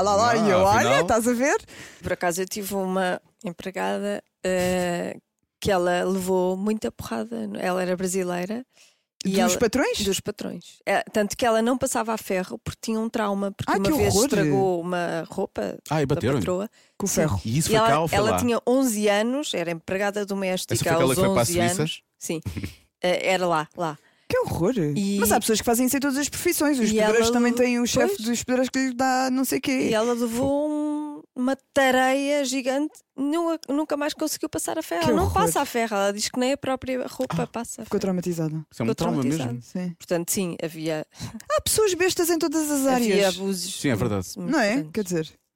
Olha, estás a ver? Por acaso eu tive uma empregada que ela levou muita porrada. Ela era brasileira. Patrões? Dos patrões. Tanto que ela não passava a ferro porque tinha um trauma, porque uma vez estragou uma roupa e da bateram patroa. Com o ferro. E isso foi cá ou foi lá? Ela tinha 11 anos, era empregada doméstica. Essa foi aquela aos que foi para a 11 Suíça? anos. Sim. Era lá. Que horror! Mas há pessoas que fazem isso em todas as profissões. Os pedreiros também têm o chefe dos pedreiros que lhe dá não sei o quê. E ela levou uma tareia gigante, nunca mais conseguiu passar a ferro. Ela não passa a ferro, ela diz que nem a própria roupa passa. Ficou traumatizada. Isso é um trauma mesmo. Sim. Portanto, sim, havia. Há pessoas bestas em todas as áreas. Havia abusos. Sim, é verdade. Não é? Quer dizer.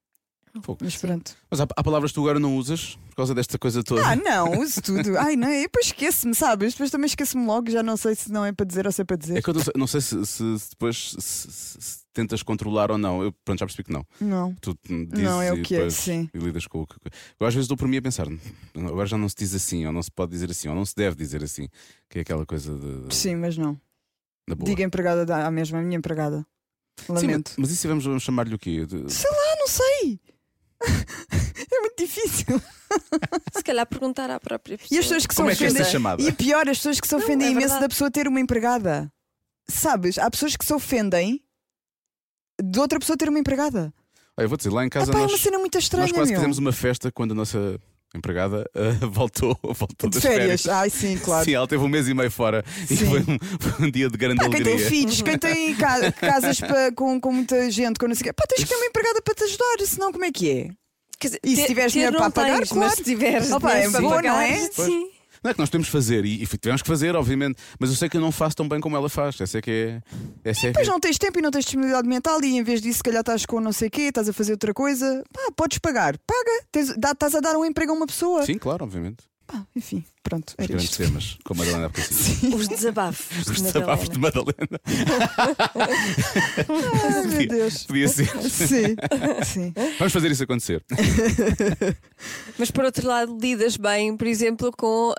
Mas pronto. Mas há palavras que tu agora não usas por causa desta coisa toda. Não, uso tudo. Ai, não, eu depois esqueço-me, sabes? Depois também esqueço-me logo, já não sei se não é para dizer ou se é para dizer. É que eu não sei se depois se tentas controlar ou não. Eu pronto, já percebi que não. Não. Tu dizes Não é o que é, depois sim. E lidas com o que. Eu às vezes dou por mim a pensar, agora já não se diz assim, ou não se pode dizer assim, ou não se deve dizer assim. Que é aquela coisa de. Sim, mas não. Da boa. Diga empregada à mesma, a minha empregada. Lamento. Sim, mas isso vamos chamar-lhe o quê? Sei lá, não sei. É muito difícil. Se calhar perguntar à própria pessoa. E as pessoas que se Como é que é ofendem. essa chamada? E pior, as pessoas que se ofendem é imenso verdade. da pessoa ter uma empregada. Sabes? Há pessoas que se ofendem de outra pessoa ter uma empregada. Olha, eu vou dizer, lá em casa É nós, uma cena muito estranha, nós quase meu. fizemos uma festa quando a nossa empregada voltou De das férias. férias. Ai, sim, claro. Sim, ela teve 1 mês e meio fora e Sim. foi um dia de grande Quem alegria. tem filhos, quem tem casas com muita gente, com não sei o quê, tens que ter uma empregada para te ajudar, senão como é que é? Quer dizer, E se tiveres dinheiro para pagar, mas claro. se tiveres Opa, dinheiro é para bom, pagar, não é? sim. Não é que nós temos que fazer e tivemos que fazer, obviamente, mas eu sei que eu não faço tão bem como ela faz. Essa é que é. Essa é que Depois não tens tempo e não tens disponibilidade mental e em vez disso, se calhar estás com não sei o quê, estás a fazer outra coisa, podes pagar, paga, estás a dar um emprego a uma pessoa. Sim, claro, obviamente. Enfim, pronto, Os era grandes isto. temas, como a Madalena há bocadinho. Os desabafos Os de desabafos de Madalena. Madalena. Ai, meu Deus. Podia ser. Sim, sim. Vamos fazer isso acontecer. Mas por outro lado, lidas bem, por exemplo, com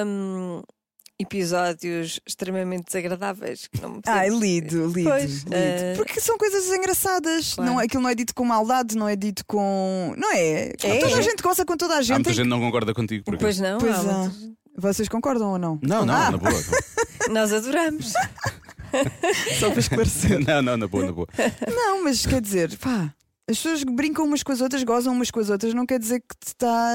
episódios extremamente desagradáveis que não me Lido. Pois, Porque são coisas engraçadas. Claro. Não, aquilo não é dito com maldade, não é dito com. Não é? Toda a gente goza com toda a Há gente. muita gente que não concorda contigo. Por Pois acaso. não, Pois há há. muitos- Vocês concordam ou não? Não, na boa. nós adoramos. Só para esclarecer. Não, na boa. Não, mas quer dizer, as pessoas brincam umas com as outras, gozam umas com as outras, não quer dizer que te está.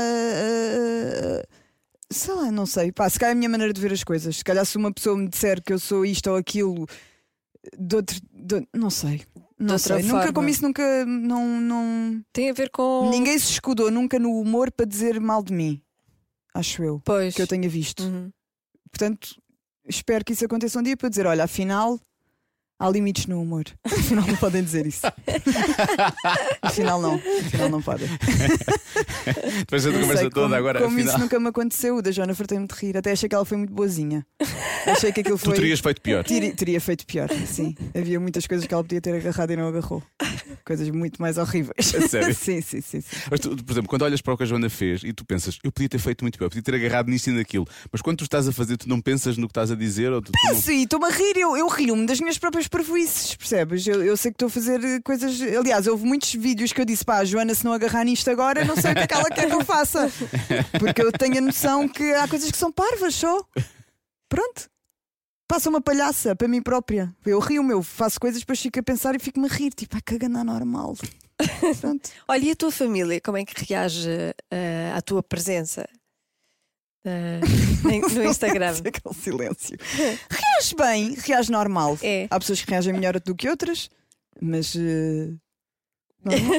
Sei lá, não sei. Se calhar é a minha maneira de ver as coisas. Se calhar se uma pessoa me disser que eu sou isto ou aquilo, não sei. Não outra sei. Nunca, forma. como isso nunca. Não. Tem a ver com. Ninguém se escudou nunca no humor para dizer mal de mim. Acho eu. Pois. Que eu tenha visto. Uhum. Portanto, espero que isso aconteça um dia para dizer: olha, afinal. Há limites no humor. Afinal não podem dizer isso. Afinal não podem. Depois da Não conversa sei, toda agora. como Afinal, isso nunca me aconteceu, o da Joana fartei-me de rir. Até achei que ela foi muito boazinha. Achei que aquilo tu foi. terias feito pior. Teria feito pior, sim. Havia muitas coisas que ela podia ter agarrado e não agarrou. Coisas muito mais horríveis. A sério? Sim. Mas tu, por exemplo, quando olhas para o que a Joana fez e tu pensas, eu podia ter feito muito pior, podia ter agarrado nisso e naquilo, mas quando tu estás a fazer, tu não pensas no que estás a dizer? Ou tu não... Sim, estou-me a rir, eu rio-me das minhas próprias parvoices, percebes? Eu sei que estou a fazer coisas. Aliás, houve muitos vídeos que eu disse: a Joana, se não agarrar nisto agora, não sei o que é que ela quer que eu faça. Porque eu tenho a noção que há coisas que são parvas só. Pronto. Passa uma palhaça para mim própria. Eu rio-me, eu faço coisas, depois fico a pensar e fico-me a rir. Tipo, que ganda normal. Pronto. Olha, e a tua família, como é que reage à tua presença no Instagram? Aquele silêncio. Reage bem, reage normal. É. Há pessoas que reagem melhor do que outras, mas. Normal.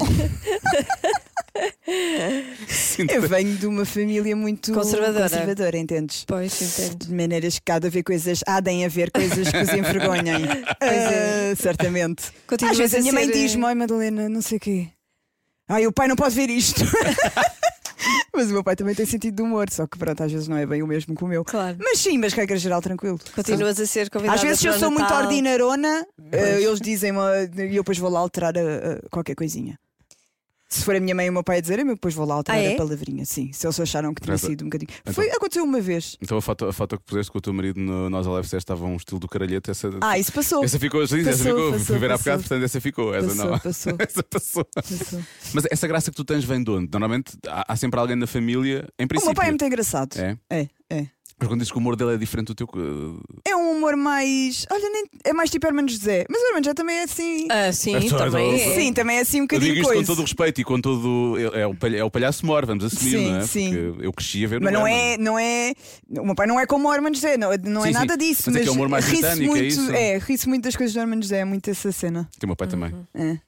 Eu venho de uma família muito Conservadora, entendes? Pois, entendo. De maneiras que há de haver coisas, há de haver coisas que os envergonhem. Certamente. Continuas Às vezes a minha mãe ser, diz-me: ai Madalena, não sei o quê. Ai, o pai não pode ver isto. Mas o meu pai também tem sentido de humor, só que pronto, às vezes não é bem o mesmo que o meu. Claro. Mas sim, mas regra geral, tranquilo. Continuas a ser convidada. Às vezes para eu o sou muito Natal. ordinarona, eles dizem-me e eu depois vou lá alterar qualquer coisinha. Se for a minha mãe e o meu pai a dizer, eu depois vou lá alterar é? a palavrinha. Sim, se eles acharam que tinha sido um bocadinho. Então- Aconteceu uma vez. Então a foto que puseste com o teu marido no Nós Alive estava um estilo do caralhete. Isso passou. Essa ficou, sim, essa Passou, ficou. Fui ver há bocado, passou. portanto essa ficou. Essa não. Passou. Essa passou. Passou. Mas essa graça que tu tens vem de onde? Normalmente há sempre alguém na família, em O princípio. meu pai é muito engraçado. É? É. Mas quando dizes que o humor dele é diferente do teu. É um humor mais. Olha, é mais tipo Hermano José. Mas o Hermano José também é assim. Sim, Então, também é. Sim, também é assim um Eu bocadinho digo isto com coisa. todo o respeito e com todo. É o palhaço mor, vamos assumir, Sim, não é? sim. Porque eu cresci a ver Mas no não Herman. é. O meu pai não é como o Hermano José, não é Sim, nada sim. disso. Mas é que é humor mais ri-se britânico, é muito, isso? ri-se muito das coisas do Hermano José, é muito essa cena. Que o meu pai também. É.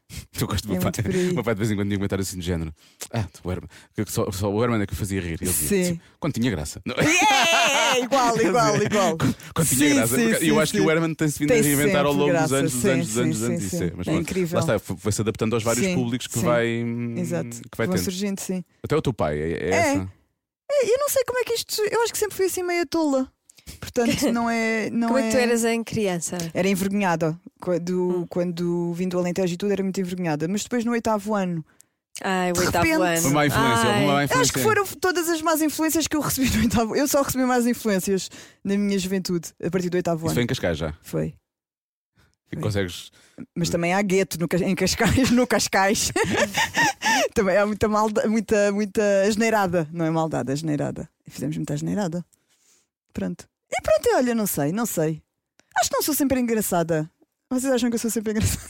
Eu gosto do meu pai. O meu pai de vez em quando tinha um comentário assim de género. O Herman. Só o Herman é que eu fazia rir. Ele dizia, quando tinha graça. Igual. Quando tinha graça. E eu acho que o Herman tem-se vindo a reinventar ao longo dos anos. Mas é incrível. Lá está, foi-se adaptando aos vários públicos que vai. Exato. Que vai vão tendo. surgindo, sim. Até o teu pai é essa. Eu não sei como é que isto. Eu acho que sempre fui assim meio tola. Portanto, não é. Como é que tu eras em criança? Era envergonhada. Quando vim do Alentejo e tudo, era muito envergonhada. Mas depois no 8º ano. O 8º ano. Foi má influência. Acho que foram todas as más influências que eu recebi no 8º ano. Eu só recebi más influências na minha juventude, a partir do 8º ano. Isso foi em Cascais já? Foi. E consegues. Mas também há gueto em Cascais, no Cascais. Também há muita asneirada. Não é maldade, asneirada. Fizemos muita asneirada. Pronto. E pronto, olha, não sei. Acho que não sou sempre engraçada. Vocês acham que eu sou sempre engraçada?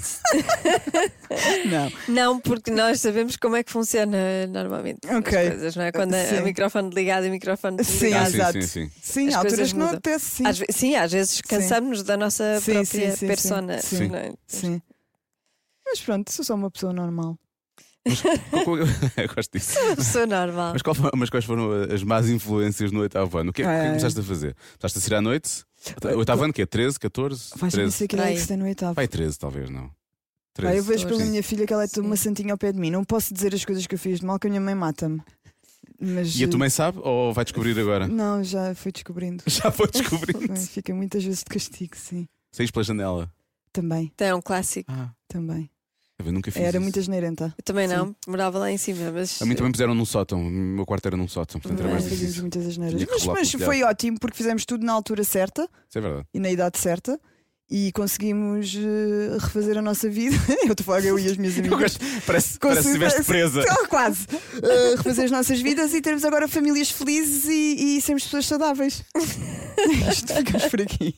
Não, porque nós sabemos como é que funciona normalmente as coisas, não é? Quando o microfone ligado e o microfone desligado. Sim, há alturas que não acontece. Às vezes cansamos da nossa própria persona. Sim. Mas pronto, sou só uma pessoa normal. Eu gosto disso. Uma pessoa normal. Mas quais foram as más influências no 8º ano? O que é que começaste a fazer? Começaste a sair à noite? O 8º ano que é? 13, 14? Vais não sei que é que está no 8º. Vai 13, talvez, não. 13, eu vejo pela minha filha que ela é uma santinha ao pé de mim. Não posso dizer as coisas que eu fiz de mal, que a minha mãe mata-me. E a tua mãe sabe ou vai descobrir agora? Não, já fui descobrindo. Já foi descobrindo. Fica muitas vezes de castigo, sim. Saís pela janela? Também. É um clássico. Também. Eu nunca fiz Era isso. muito asneirenta. Eu também não, morava lá em cima. Mas... A mim também puseram num sótão. O meu quarto era num sótão. Portanto era mais difícil. Muitas asneiras. Mas foi ótimo porque fizemos tudo na altura certa. Isso é verdade. E na idade certa. E conseguimos refazer a nossa vida. Eu estou a falar, eu e as minhas amigas. Parece que estiveste presa. Quase. Refazer as nossas vidas e termos agora famílias felizes e sermos pessoas saudáveis. Isto ficamos por aqui.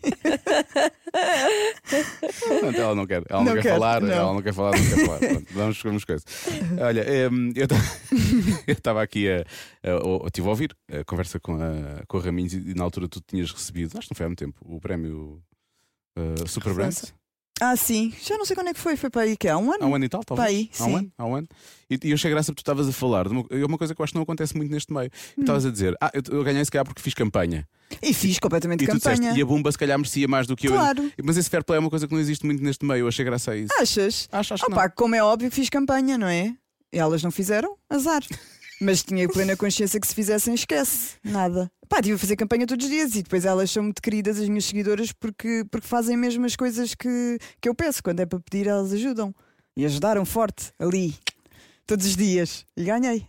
Ela não quer falar. Pronto, vamos coisas. Olha, eu estava aqui estive a ouvir a conversa com a Raminhos e na altura tu tinhas recebido, acho que não foi há muito tempo, o prémio Super Brands. Sim, já não sei quando é que foi para aí, que há um ano? Há um ano e tal, talvez. Aí, há um ano. E eu achei graça porque tu estavas a falar de uma coisa que eu acho que não acontece muito neste meio. Tu estavas a dizer, eu ganhei se calhar porque fiz campanha. E fiz completamente campanha. Disseste, e a Bumba se calhar merecia mais do que eu. Claro. Mas esse fair play é uma coisa que não existe muito neste meio. Eu achei graça a isso. Achas? Acho que não. Como é óbvio que fiz campanha, não é? E elas não fizeram, azar. Mas tinha plena consciência que se fizessem, esquece. Nada. Tive a fazer campanha todos os dias e depois elas são muito queridas, as minhas seguidoras, porque fazem mesmo as coisas que eu peço. Quando é para pedir, elas ajudam. E ajudaram forte, ali, todos os dias. E ganhei.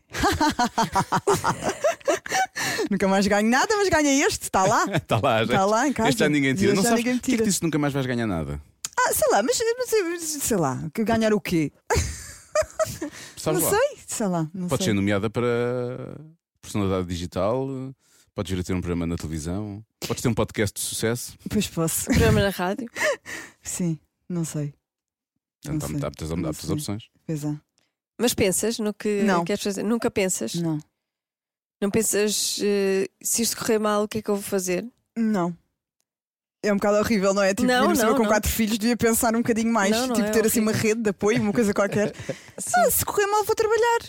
Nunca mais ganho nada, mas ganhei este, está lá. Está lá em casa. Este já ninguém tira. Não sabes ninguém porque é que disse que nunca mais vais ganhar nada? Sei lá, mas sei lá, ganhar o quê? Sabes não lá. Sei lá. Podes ser nomeada para personalidade digital, podes vir a ter um programa na televisão, podes ter um podcast de sucesso. Pois posso. Um programa na rádio? Sim, não sei. Há muitas opções. Pois é. Mas pensas no que queres fazer? Nunca pensas? Não. Não pensas se isto correr mal, o que é que eu vou fazer? Não. É um bocado horrível, não é? Tipo, eu com 4 filhos devia pensar um bocadinho mais. Não tipo, ter assim uma rede de apoio, uma coisa qualquer. Se correr mal, vou trabalhar.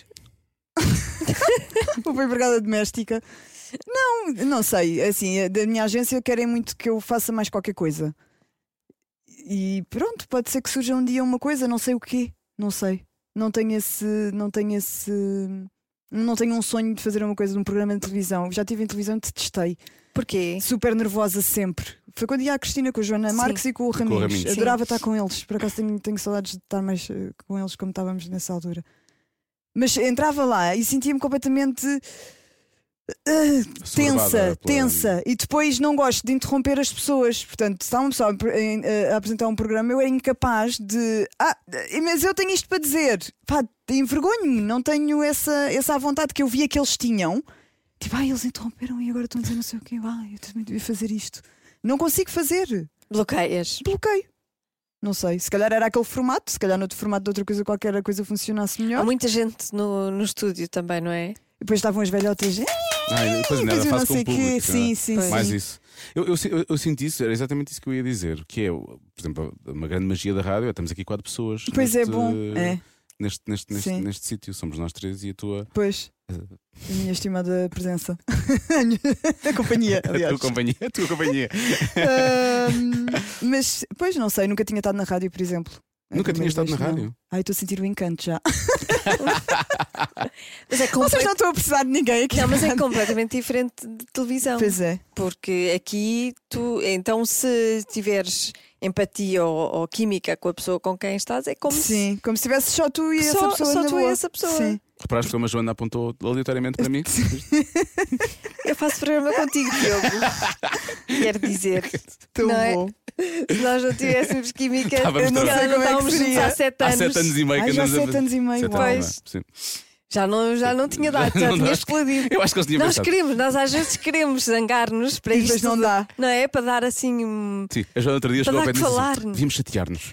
Vou para a empregada doméstica. Não sei. Assim, da minha agência querem muito que eu faça mais qualquer coisa. E pronto, pode ser que surja um dia uma coisa, não sei o quê. Não sei. Não tenho um sonho de fazer uma coisa num programa de televisão. Já estive em televisão e detestei. Porquê? Super nervosa sempre. Foi quando ia a Cristina com a Joana Marques e com o Raminhos. Adorava estar com eles. Por acaso tenho saudades de estar mais com eles como estávamos nessa altura. Mas entrava lá e sentia-me completamente tensa. E depois não gosto de interromper as pessoas. Portanto, se estava uma pessoa a apresentar um programa, eu era incapaz de. Mas eu tenho isto para dizer. Envergonho-me. Não tenho essa vontade que eu via que eles tinham. Tipo, eles interromperam e agora estão a dizer não sei o quê. Eu também devia fazer isto. Não consigo fazer. Bloqueias? Bloqueio. Não sei. Se calhar era aquele formato. Se calhar noutro formato de outra coisa qualquer a coisa funcionasse melhor. Há muita gente no estúdio também, não é? E depois estavam as velhotas. Depois nada, faço com o público. Sim, sim, mais sim. isso. Eu sinto isso, era exatamente isso que eu ia dizer. Que é, por exemplo, uma grande magia da rádio. Estamos aqui 4 pessoas. Pois é bom. É. Neste sítio, somos nós 3 e a tua. Pois. A minha estimada presença. A companhia, aliás. A tua companhia. Mas, pois, não sei, nunca tinha estado na rádio, por exemplo. Nunca tinha estado na rádio? Ai, estou a sentir o encanto já. Mas Vocês não estão a precisar de ninguém aqui. Não, mas é completamente diferente de televisão. Pois é. Porque aqui então se tiveres empatia ou química com a pessoa com quem estás, é como Sim, como se tivesse só tu e essa pessoa. Só na tu boa. e essa pessoa. Sim. Reparaste como a Joana apontou aleatoriamente para mim? Eu faço programa contigo, Diogo. Quero dizer. Tão não é? bom. Se nós não tivéssemos química, Estávamos não sei como é que estávamos juntos seria. há 7 anos. Há 7 anos e meio que Já há andamos 7 anos e meio. 7 uau. anos, sim. Já não tinha dado, já não tinha dá. explodido. Eu acho que eles tinham Nós pensado. nós às vezes queremos zangar-nos para E isto. depois não dá. Não é? Para dar assim. Sim, a Joana outro dia Para chegou ao dar pé e que disse falar. assim, devíamos chatear-nos.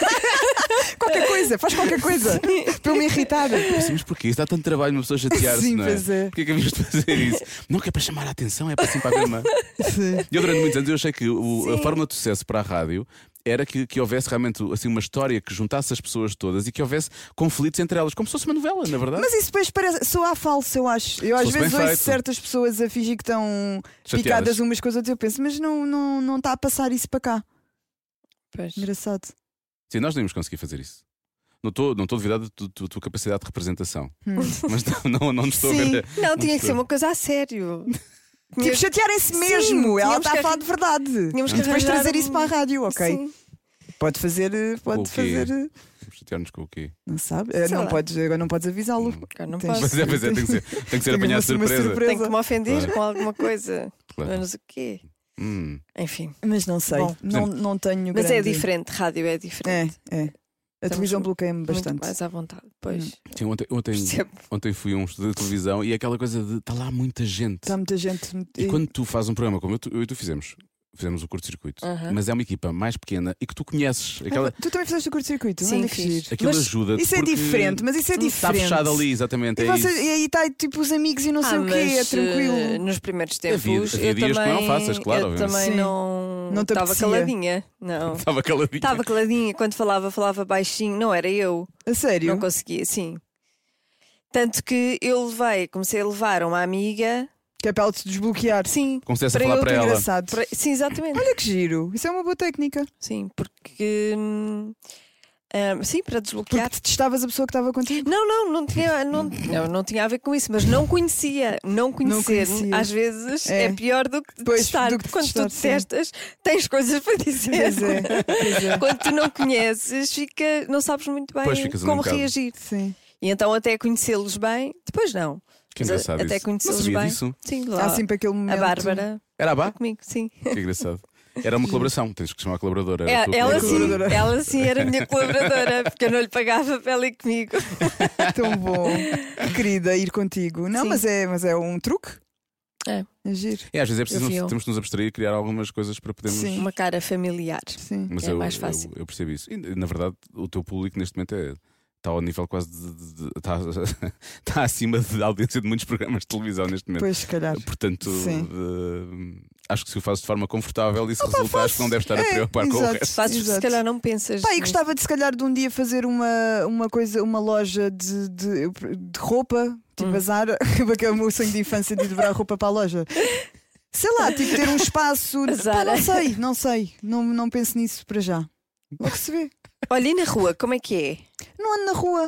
Qualquer coisa, faz qualquer coisa para eu me irritar. Mas porquê? Isso dá tanto trabalho uma pessoa chatear-se, Sim, não é? pois é. Porquê que havias de fazer isso? Não, que é para chamar a atenção, é para assim para a mesma. Sim. Eu durante muitos anos eu achei que a fórmula de sucesso para a rádio era que houvesse realmente assim, uma história que juntasse as pessoas todas e que houvesse conflitos entre elas, como se fosse uma novela, na verdade. Mas isso depois parece, soa falso, eu acho. Eu às Fosse vezes bem ouço feito. certas pessoas a fingir que estão Chateadas. picadas umas com as outras. Eu penso, mas não está a passar isso para cá. Pois. Engraçado. Sim, nós não íamos conseguir fazer isso. Não estou duvidado da tua capacidade de representação. Mas não estou a Sim. ver. Não, tinha que ser uma coisa a sério. Tipo, chatearem-se mesmo. Ela está a falar de verdade. Tínhamos que Depois arranjar trazer isso para a rádio, ok? Sim. Pode fazer. Pode O quê? fazer. Vamos chatear-nos com o quê? Não sabe? Sei Não lá. podes, agora não podes avisá-lo. Agora não Tens- posso. Pois é, tem que ser Tem apanhado de uma surpresa. Tenho que me ofender Claro. com alguma coisa. Claro. Mas o quê? Enfim. Mas não sei. Bom. Não tenho. Mas grande... é diferente, rádio é diferente. É. A televisão bloqueia-me bastante. Muito mais à vontade. Pois. Sim, Percebo. ontem fui a um estudo de televisão e aquela coisa de está lá muita gente. Está muita gente. E quando tu fazes um programa como eu e tu fizemos o curto-circuito, mas é uma equipa mais pequena e que tu conheces. Tu também fizeste o curto-circuito? Sim, Olha que fiz. giro. Aquilo Mas ajuda. Isso é diferente, mas isso é Está diferente. fechado ali, exatamente. E, É isso. e aí está tipo os amigos e não sei o quê, é mas, tranquilo. nos primeiros Havia tempos dias eu que não também, eram fáceis, claro, eu obviamente. também Sim. não Não te estava apetecia. caladinha. Não. Estava caladinho. Estava caladinha. Quando falava baixinho. Não era eu. A sério? Não conseguia, sim. Tanto que eu comecei a levar uma amiga. Que é para ela te desbloquear. Sim. Comecei a Para falar eu para Que ela. engraçado. Sim, exatamente. Olha que giro. Isso é uma boa técnica. Sim, porque. Sim, para desbloquear. Porque testavas a pessoa que estava contigo. Não tinha a ver com isso, mas não conhecia. Não conhecer, conhecia. às vezes, É. é pior do que Pois, testar. do que Quando tu testar, sim. testas, tens coisas para dizer. Pois é, pois é. Quando tu não conheces, não sabes muito bem Pois, ficas ali um como bocado. reagir. Sim. E então, até conhecê-los bem, depois não. Que Mas engraçado até isso. conhecê-los Não sabia bem. disso. Sim, lá. Há sempre aquele momento. A Bárbara Era a Bá? comigo, sim. Que engraçado. Era uma colaboração, tens que chamar a colaboradora. Era a tua Ela colaboradora. sim, ela sim era a minha colaboradora, porque eu não lhe pagava para ela ir comigo. Tão bom. Querida, ir contigo. Não, Sim. mas é um truque. É. É giro. Às vezes é preciso, Eu. temos que nos abstrair e criar algumas coisas para podermos. Sim. Uma cara familiar. Sim. Mas É eu, mais fácil. eu percebo isso. E, na verdade, o teu público neste momento está ao nível quase está acima da audiência de muitos programas de televisão neste momento. Pois, se calhar. Portanto, Sim. acho que se o fazes de forma confortável e se resulta, faço. acho que não deves estar a É, preocupar com o exato. resto. Fazes, se Exato. calhar não pensas. Pá, e nisso. gostava de se calhar de um dia fazer uma coisa, uma loja de roupa, tipo a Zara, que é o meu sonho de infância de ir dobrar roupa para a loja. Sei lá, tipo ter um espaço. A Zara. Pá, não sei. Não penso nisso para já. Logo se vê. Olha, e na rua, como é que é? Não ando na rua.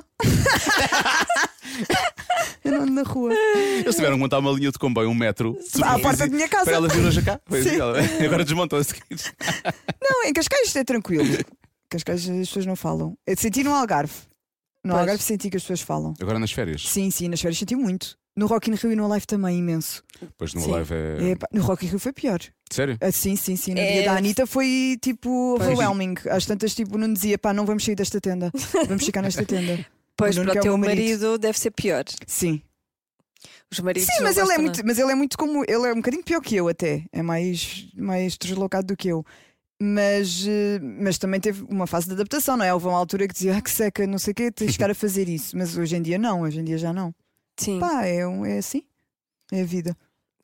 Eu não ando na rua. Eles tiveram que montar uma linha de comboio, 1 metro, À porta da minha casa. para ela vir hoje cá. Pois, Sim. agora desmontou-se. Não, em Cascais isto é tranquilo. Em Cascais as pessoas não falam. Eu senti no Algarve. No Pois. Algarve senti que as pessoas falam. Agora nas férias. Sim, nas férias senti muito. No Rock in Rio e no Live também, imenso. Pois no Sim. live é. É, pá, no Rock in Rio foi pior. Sério? Ah, sim. No É. dia da Anitta foi tipo Pois. overwhelming. Às tantas, tipo, não dizia, pá, não vamos sair desta tenda. Vamos ficar nesta tenda. Pois, O Nuno, para o que é teu meu marido deve ser pior. Sim. Os maridos Sim, não mas ele é gostam muito como. Ele é um bocadinho pior que eu, até. É mais deslocado do que eu. Mas também teve uma fase de adaptação, não é? Houve uma altura que dizia, que seca, não sei o quê, tens de ficar a fazer isso. Mas hoje em dia não, hoje em dia já não. Sim. Pá, é assim. É a vida.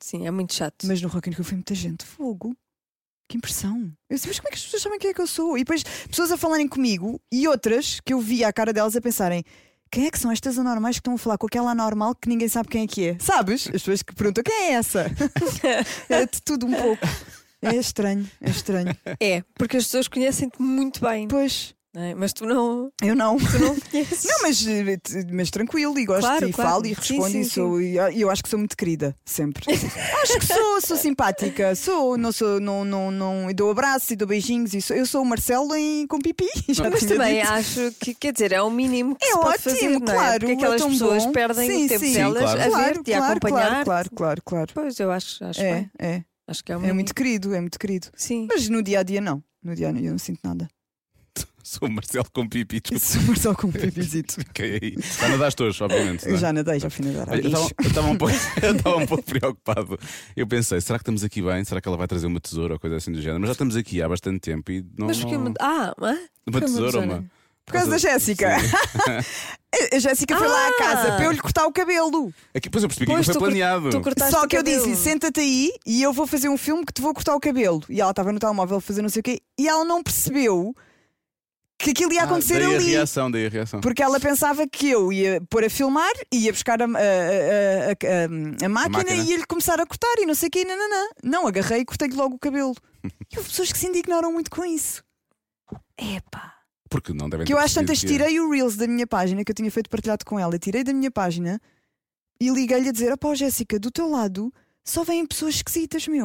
Sim, é muito chato. Mas no Rock in Rio foi muita gente. Fogo. Que impressão. Eu disse, mas como é que as pessoas sabem quem é que eu sou? E depois pessoas a falarem comigo e outras que eu via a cara delas a pensarem: quem é que são estas anormais que estão a falar com aquela anormal que ninguém sabe quem é que é? Sabes? As pessoas que perguntam: quem é essa? É de tudo um pouco. É estranho, é estranho. É, porque as pessoas conhecem-te muito bem. Pois. Não é? Mas tu não. Eu não. Tu não conheces. Não, mas tranquilo, e gosto, Claro, e claro. falo e Sim, respondo, sim, e sou, e eu acho que sou muito querida, sempre. Acho que sou simpática, não, e dou abraços e dou beijinhos, eu sou o Marcelo com pipi. Já Mas tinha também dito. acho que, quer dizer, é o mínimo que É se pode ótimo, fazer, não é? claro, Porque é aquelas tão pessoas bom. perdem Sim, o tempo sim, delas claro. a ver-te e a acompanhar. Claro. Pois, eu acho bem. É Acho que é o muito querido, é muito querido. Sim. Mas no dia a dia não. No dia a dia eu não sinto nada. Sou o Marcelo com pipi, Eu desculpa. sou Marcelo com um pipizito. Fiquei aí. Já nadaste hoje, obviamente. não é? Já nadei, já fui nadar. Olha, eu estava um pouco preocupado. Eu pensei, será que estamos aqui bem? Será que ela vai trazer uma tesoura ou coisa assim do género? Mas já estamos aqui há bastante tempo e não. Mas porque não... uma tesoura ou uma. Por causa da Jéssica. A Jéssica foi lá à casa para eu lhe cortar o cabelo. Aqui, pois eu percebi que Pois, aquilo foi planeado. tu cortaste Só o que eu cabelo. disse: senta-te aí e eu vou fazer um filme que te vou cortar o cabelo. E ela estava no telemóvel a fazer não sei o quê e ela não percebeu que aquilo ia acontecer daí ali. Daí a reação. Porque ela pensava que eu ia pôr a filmar, ia buscar a máquina e ia-lhe começar a cortar e não sei o quê. Não, agarrei e cortei-lhe logo o cabelo. E houve pessoas que se indignaram muito com isso. Epá. Porque não devem Que eu ter às tantas percebido que- tirei o Reels da minha página que eu tinha feito partilhado com ela, tirei da minha página e liguei-lhe a dizer: opá, Jéssica, do teu lado só vêm pessoas esquisitas, meu.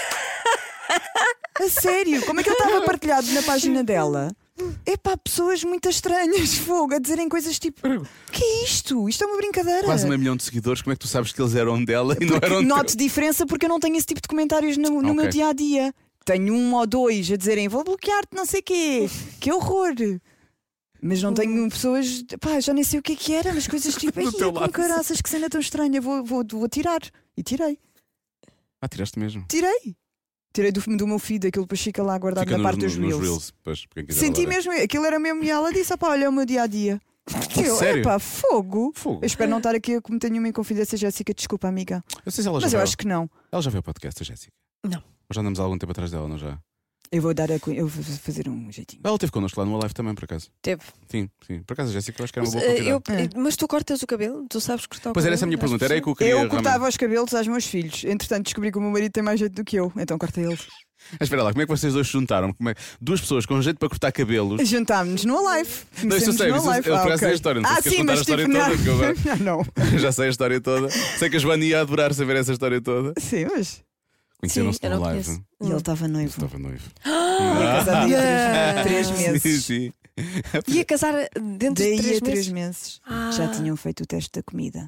A sério, como é que ele estava partilhado na página dela? Epá, pessoas muito estranhas, fogo, a dizerem coisas tipo: que é isto? Isto é uma brincadeira. Quase 1 milhão de seguidores, como é que tu sabes que eles eram dela e não Porque eram noto diferença porque eu não tenho esse tipo de comentários no Ok. meu dia a dia. Tenho 1 ou 2 a dizerem: vou bloquear-te, não sei o quê, que horror. Mas não tenho pessoas, pá, já nem sei o que era, mas coisas tipo: ai, teu com lado. caraças, que cena tão estranha, vou tirar. E tirei. tiraste mesmo. Tirei do meu feed, aquilo depois fica lá guardado Fica na parte dos nos Reels. Reels. Pois, quem quiser Senti lá ver. mesmo, aquilo era mesmo, e ela disse: pá, olha, é o meu dia a dia. Eu, Sério? epá, fogo. Fogo. Eu espero não estar aqui a cometer nenhuma inconfidência, Jéssica, desculpa, amiga. Eu sei se ela já Mas eu veio- acho que não. Ela já veio ao podcast, a Jéssica? Não. Ou já andamos há algum tempo atrás dela, não já? Eu vou fazer um jeitinho. Ela esteve connosco lá numa live também, por acaso. Teve. Sim. Por acaso a Jéssica eu acho que era uma Mas, boa convidada. mas tu cortas o cabelo? Tu sabes cortar o Pois cabelo? era essa a minha às pergunta, era aí que eu pessoas? queria. Eu cortava os cabelos aos meus filhos. Entretanto, descobri que o meu marido tem mais jeito do que eu, então corta ele. Mas espera lá, como é que vocês dois se juntaram? Duas pessoas com jeito para cortar cabelos. Juntámos-nos numa live. Não, isso eu sei, Conhecemos numa eu por acaso sei a história, não sei se queres sim, contar a mas história tipo, toda, porque eu agora- não. Já sei a história toda. Sei que a Joana ia adorar saber essa história toda. Sim, mas. Conheceram-se eu numa não live. conheço. E ele estava noivo. Estava noivo. Casado em 3 meses. Sim. Ia casar dentro Daí de 3 a 3 meses? meses Ah. já tinham feito o teste da comida.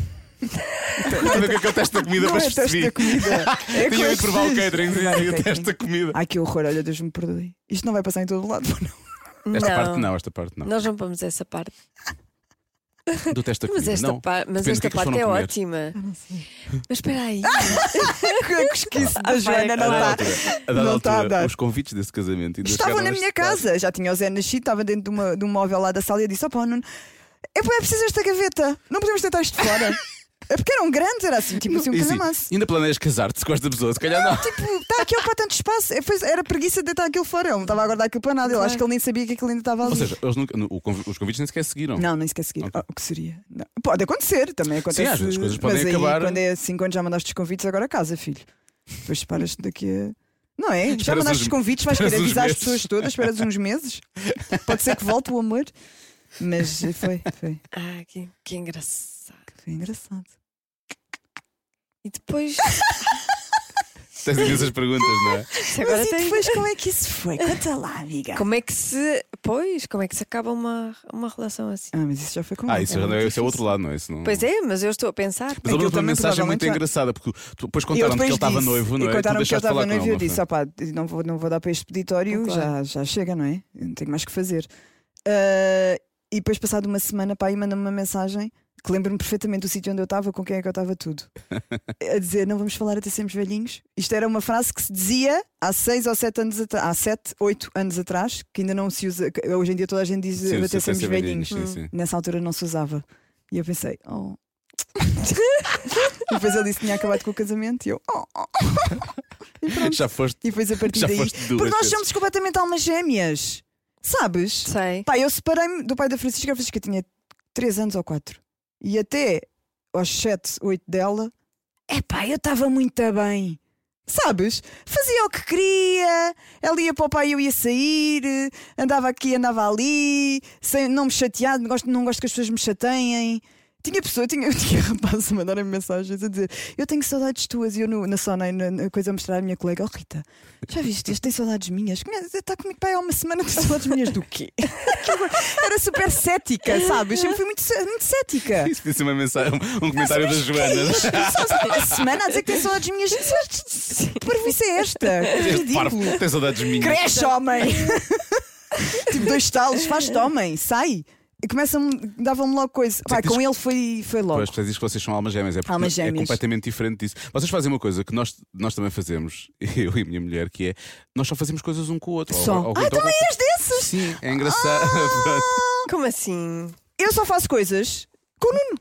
Sabe o que é o teste da comida? Não Mas é teste da percebi. comida. É Tinha que provar o coisa- catering Provar o e o teste catering. da comida. Ai, que horror, olha, Deus me perdoe. Isto não vai passar em todo lado, não. Esta parte não, esta parte não. Nós não vamos a essa parte. Do teste da Mas comida. esta, não. mas Depende do esta que é que eles parte foram é comer. ótima. Mas espera aí. A cosquice da Joana A não dada está. altura, a dada Não está a altura, dar. os convites desse casamento ainda Estavam chegaram na a minha estar- casa, já tinha o Zé nascido, estava dentro de um móvel lá da sala e eu disse: opá, Nuno, é preciso esta gaveta, não podemos tentar isto fora. É porque eram grandes, era assim, tipo assim um E assim, calhamaço. ainda planeias casar-te com esta pessoa? Se calhar não. Tipo, está aqui ocupar tanto espaço. Era preguiça de deitar aquilo fora. Ele não estava a guardar aquilo para nada. Eu acho que ele nem sabia que aquilo ainda estava ali. Ou seja, eles nunca, os convites nem sequer seguiram. Não, nem sequer seguir. Ok. O que seria? Não. Pode acontecer, também acontece. Sim, às vezes as coisas mas podem aí, acabar. quando é assim, quando já mandaste os convites, agora casa, filho. Depois paras daqui a. Não é? Já Esperas mandaste os uns- convites, vais esperas querer uns avisar as meses. pessoas todas, esperas uns meses. Pode ser que volte o amor. Mas foi Ah, que engraçado. engraçado. E depois. Tens imensas perguntas, não é? Agora Mas e tem. depois como é que isso foi? Conta lá, amiga. Como é que se. Pois, como é que se acaba uma relação assim? Ah, mas isso já foi comigo. Ah, isso já muito não é, esse é difícil. outro lado, não é? Isso não... Pois é, mas eu estou a pensar. Mas Aquilo houve uma também mensagem muito provavelmente engraçada, porque depois Eu contaram-me que ele depois estava disse, noivo, não e é? Tu contaram-me que eu deixaste de estava falar com noivo e ele, eu não disse: foi? opá, não vou dar para este peditório, Claro. já chega, não é? Eu não tenho mais que fazer. E depois, passado uma semana, pá, aí manda-me uma mensagem que lembro-me perfeitamente do sítio onde eu estava, com quem é que eu estava tudo. A dizer: não vamos falar até sermos velhinhos. Isto era uma frase que se dizia há 6 ou 7 anos atrás, há 7, 8 anos atrás, que ainda não se usa. Hoje em dia toda a gente diz Sim, até sermos ser velhinhos. sim, sim. Nessa altura não se usava. E eu pensei: oh. E depois ele disse que tinha acabado com o casamento e eu. E pronto. Já foste. E depois a partir Já daí. foste duas Porque nós vezes. somos completamente almas gêmeas. Sabes? Sei. Pá, eu separei-me do pai da Francisca. A Francisca tinha 3 anos ou 4. E até aos 7, 8 dela, eu estava muito bem. Sabes? Fazia o que queria. Ela ia para o pai, eu ia sair. Andava aqui, andava ali. Não me chateava. Não gosto que as pessoas me chateiem. Tinha rapazes a mandarem-me mensagens a dizer: eu tenho saudades tuas. E eu na Sony, na coisa a mostrar à minha colega: oh Rita, já viste? Este tem saudades minhas. Está comigo pai há uma semana, tem saudades minhas do quê? Era super cética, sabes? Eu fui muito cética. Isso disse uma mensagem, um comentário da Joana. A semana a dizer que tem saudades minhas. Que parvoíce é esta? Ridículo. Tem saudades minhas. Cresce, homem! Tipo 2 talos, faz-te homem, sai. E davam-me logo coisa. Vai, com ele foi logo. Pois, diz que vocês são almas gêmeas. Almas gêmeas. É completamente diferente disso. Vocês fazem uma coisa que nós também fazemos, eu e a minha mulher, que é nós só fazemos coisas um com o outro. Só. Também és desses? Sim, é engraçado. Como assim? Eu só faço coisas com o Nuno.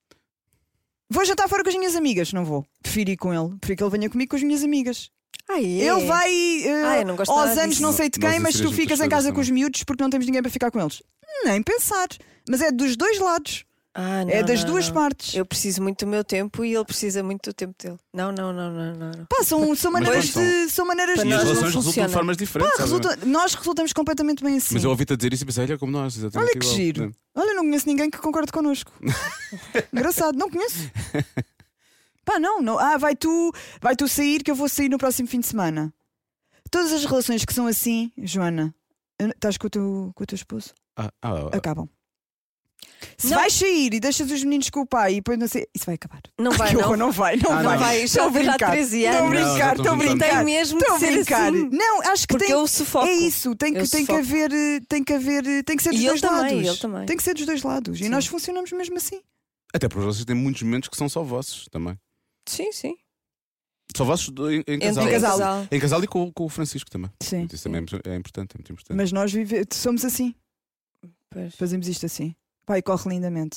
Vou jantar fora com as minhas amigas. Não vou. Prefiro ir com ele. Prefiro que ele venha comigo com as minhas amigas. Ele vai eu não gosto aos nada anos disso. não sei de quem, mas tu ficas em casa com os miúdos porque não temos ninguém para ficar com eles. Nem pensar. Mas é dos dois lados. Não, é das duas partes. Eu preciso muito do meu tempo e ele precisa muito do tempo dele. Não. Pá, são maneiras de. São maneiras Para E as nós não relações resultam funciona. de formas diferentes. Pá, sabe? nós resultamos completamente bem assim. Mas eu ouvi-te a dizer isso e pensei: olha como nós, exatamente Olha que igual. giro. Olha, não conheço ninguém que concorde connosco. Engraçado, não conheço. Pá, não. Vai tu sair, que eu vou sair no próximo fim de semana. Todas as relações que são assim, Joana, estás com o teu esposo? Acabam. Se vais sair e deixas os meninos com o pai e depois não sei, isso vai acabar. Não vai, Que não. horror, não vai. Já Estou a há 13 Estou a anos. brincar, Não, estou a brincar. Tem mesmo Estou a de ser brincar. assim. Não, acho que Porque eu sufoco. é isso, tem que haver, tem que ser dos E dois ele também, lados. ele também. Tem que ser dos dois lados. Sim. E nós funcionamos mesmo assim. Até porque vocês têm muitos momentos que são só vossos também. Sim. Só vossos em casal. Em casal. Em casal e com o Francisco também. Sim. Isso também é importante, é muito importante. Mas nós somos assim. Pois. Fazemos isto assim. Pá, e corre lindamente.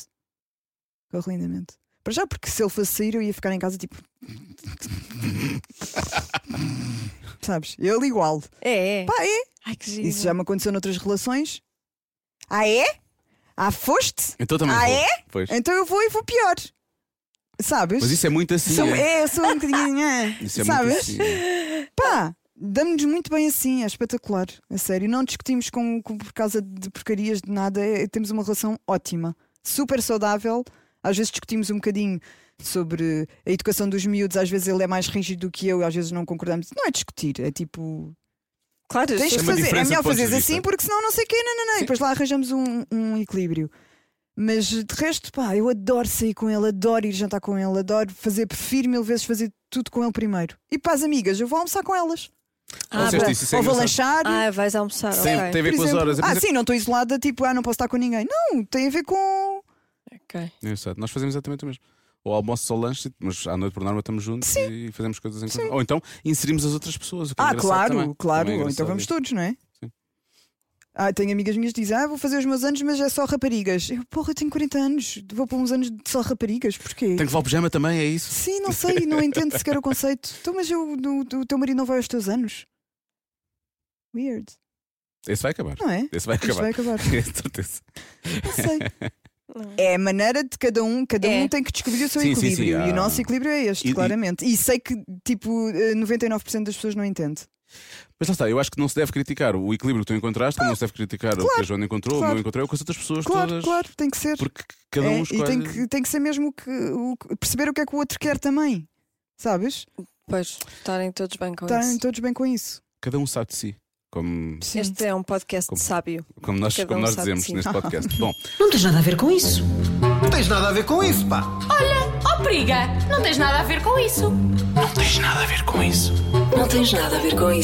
Para já, porque se ele fosse sair, eu ia ficar em casa tipo. Sabes? Ele igual. É. Pá, é. Ai, que giro. Isso já me aconteceu noutras relações. É? Foste? Então também vou. É? Pois. Então eu vou pior. Sabes? Mas isso é muito assim. Eu sou um bocadinho. Isso é sabes? muito assim. Pá, damos-nos muito bem assim, é espetacular, a sério. Não discutimos por causa de porcarias de nada, temos uma relação ótima, super saudável. Às vezes discutimos um bocadinho sobre a educação dos miúdos, às vezes ele é mais rígido do que eu e às vezes não concordamos. Não é discutir, é tipo. Claro, Tens que uma fazer, é diferença melhor de pontos de fazer vista. assim porque senão não sei o quê, não. E depois lá arranjamos um equilíbrio. Mas de resto, pá, eu adoro sair com ele, adoro ir jantar com ele, prefiro 1000 vezes fazer tudo com ele primeiro. E para as amigas, eu vou almoçar com elas. Isso é Ou vou engraçado. lanchar. Vais almoçar. Tem ok. a ver por com as exemplo. horas. É por exemplo- Sim, não estou isolada, tipo, não posso estar com ninguém. Não, tem a ver com. Ok. É exato. Nós fazemos exatamente o mesmo. Ou almoço ou lanche, mas à noite por norma estamos juntos e fazemos coisas em conjunto. Ou então inserimos as outras pessoas. O que é engraçado Claro. também. Também é Ou então engraçado vamos isso. todos, não é? Sim. Tenho amigas minhas que dizem: vou fazer os meus anos, mas é só raparigas. Eu tenho 40 anos, vou para uns anos de só raparigas, porquê? Tem que levar o pijama também, é isso? Sim, não sei, não entendo sequer o conceito. Então, mas o teu marido não vai aos teus anos? Weird, Esse vai acabar. não é? Esse vai Isto acabar. vai acabar. É certeza. Não sei. É a maneira de cada um tem que descobrir o seu Sim, equilíbrio. sim. E o nosso equilíbrio é este, E- claramente. E sei que, tipo, 99% das pessoas não entende. Mas lá está, eu acho que não se deve criticar o equilíbrio que tu encontraste, como não se deve criticar o que a Joana encontrou, o meu encontrou, com as outras pessoas todas. Claro, tem que ser. Porque cada um E escolhe. tem que ser mesmo perceber o que é que o outro quer também. Sabes? Pois, estarem todos bem com Estarem isso. todos bem com isso. Cada um sabe de si. Como Sim. Este é um podcast Como- sábio. nós, Cada como um nós sabe de dizemos si. neste podcast. Bom, Não tens nada a ver com isso. Não tens nada a ver com isso, pá. Oh, periga, não tens nada a ver com isso. Não tens nada a ver com isso. Não tens nada a ver com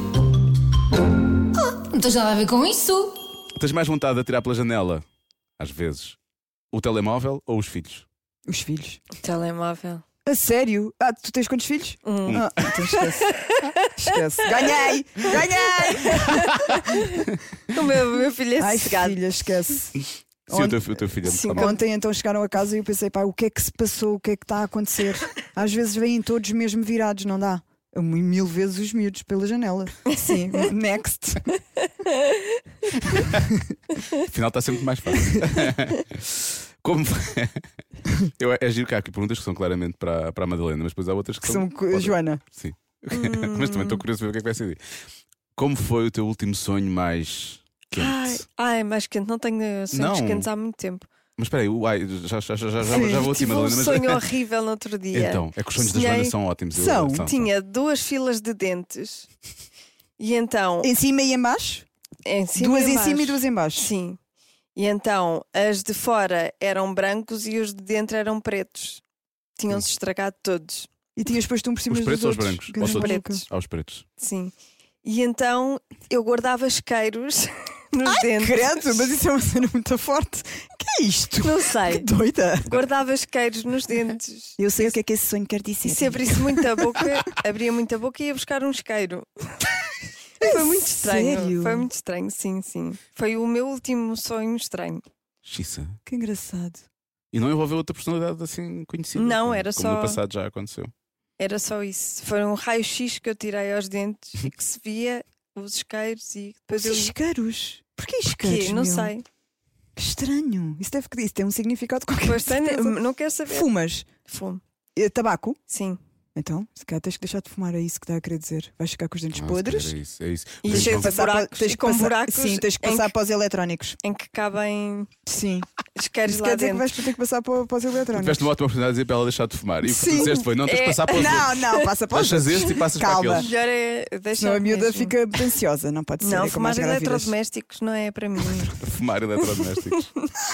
isso. tens mais vontade de atirar pela janela, às vezes, o telemóvel ou os filhos? Os filhos. Telemóvel. A sério? Tu tens quantos filhos? Então esquece. Esquece. Ganhei! O meu filho é Ai, sossegado. filha, esquece. Sim, o teu filho. Sim, ontem então chegaram a casa e eu pensei, pá, o que é que se passou? O que é que está a acontecer? Às vezes vêm todos mesmo virados, não dá? 1000 vezes os miúdos pela janela. Sim, next. Afinal está sempre mais fácil. Como é giro que há aqui perguntas que são claramente para a Madalena, mas depois há outras que são Joana. Sim. Mas também estou curioso para ver o que é que vai ser. Como foi o teu último sonho mais quente? Ai, mais quente, não tenho sonhos quentes há muito tempo. Mas espera aí, já vou aqui, Madalena. Um sonho horrível no outro dia. Então, é que os sonhos da Joana são ótimos. Tinha 2 filas de dentes. E então. Em cima e em baixo? Duas em cima e 2 em baixo. Sim. E então as de fora eram brancos e os de dentro eram pretos. Tinham-se estragado todos. E tinhas posto um por cima dos pretos ou os brancos? Os pretos. Aos pretos. Sim. E então eu guardava isqueiros nos dentes. Credo, mas isso é uma cena muito forte. Que é isto? Não sei. Que doida. Guardava isqueiros nos dentes. Eu sei o que é que esse sonho quer dizer. E se abrisse muito a boca, abria muito a boca e ia buscar um isqueiro. Foi muito estranho. Sério? Foi muito estranho, sim. Foi o meu último sonho estranho. Xissa. Que engraçado. E não envolveu outra personalidade assim conhecida? Não, era como só. no passado já aconteceu. Era só isso. Foi um raio-x que eu tirei aos dentes e que se via os isqueiros e depois Os isqueiros? Porquê isqueiros? Não sei. Que estranho. Isso tem um significado qualquer. Pois tem, não quero saber. Fumas? Fumo. Tabaco? Sim. Então, se calhar tens que deixar de fumar, é isso que está a querer dizer. Vais ficar com os dentes podres. É isso. E cheio de buracos. Buracos. Sim, tens que passar para os eletrónicos. Em que cabem. Sim. Isqueiros lá quer dizer dentro. que vais ter que passar para os eletrónicos. Tiveste uma ótima oportunidade de dizer para ela deixar de fumar. E o que tu Sim. disseste foi: não tens que passar para os outros. Não, passa para os Deixas outros. este e passas Calma. para aqueles. Melhor é deixar. Senão a miúda mesmo. fica ansiosa, não pode ser. Não, é como as fumar grávidas. eletrodomésticos não é para mim. Fumar eletrodomésticos.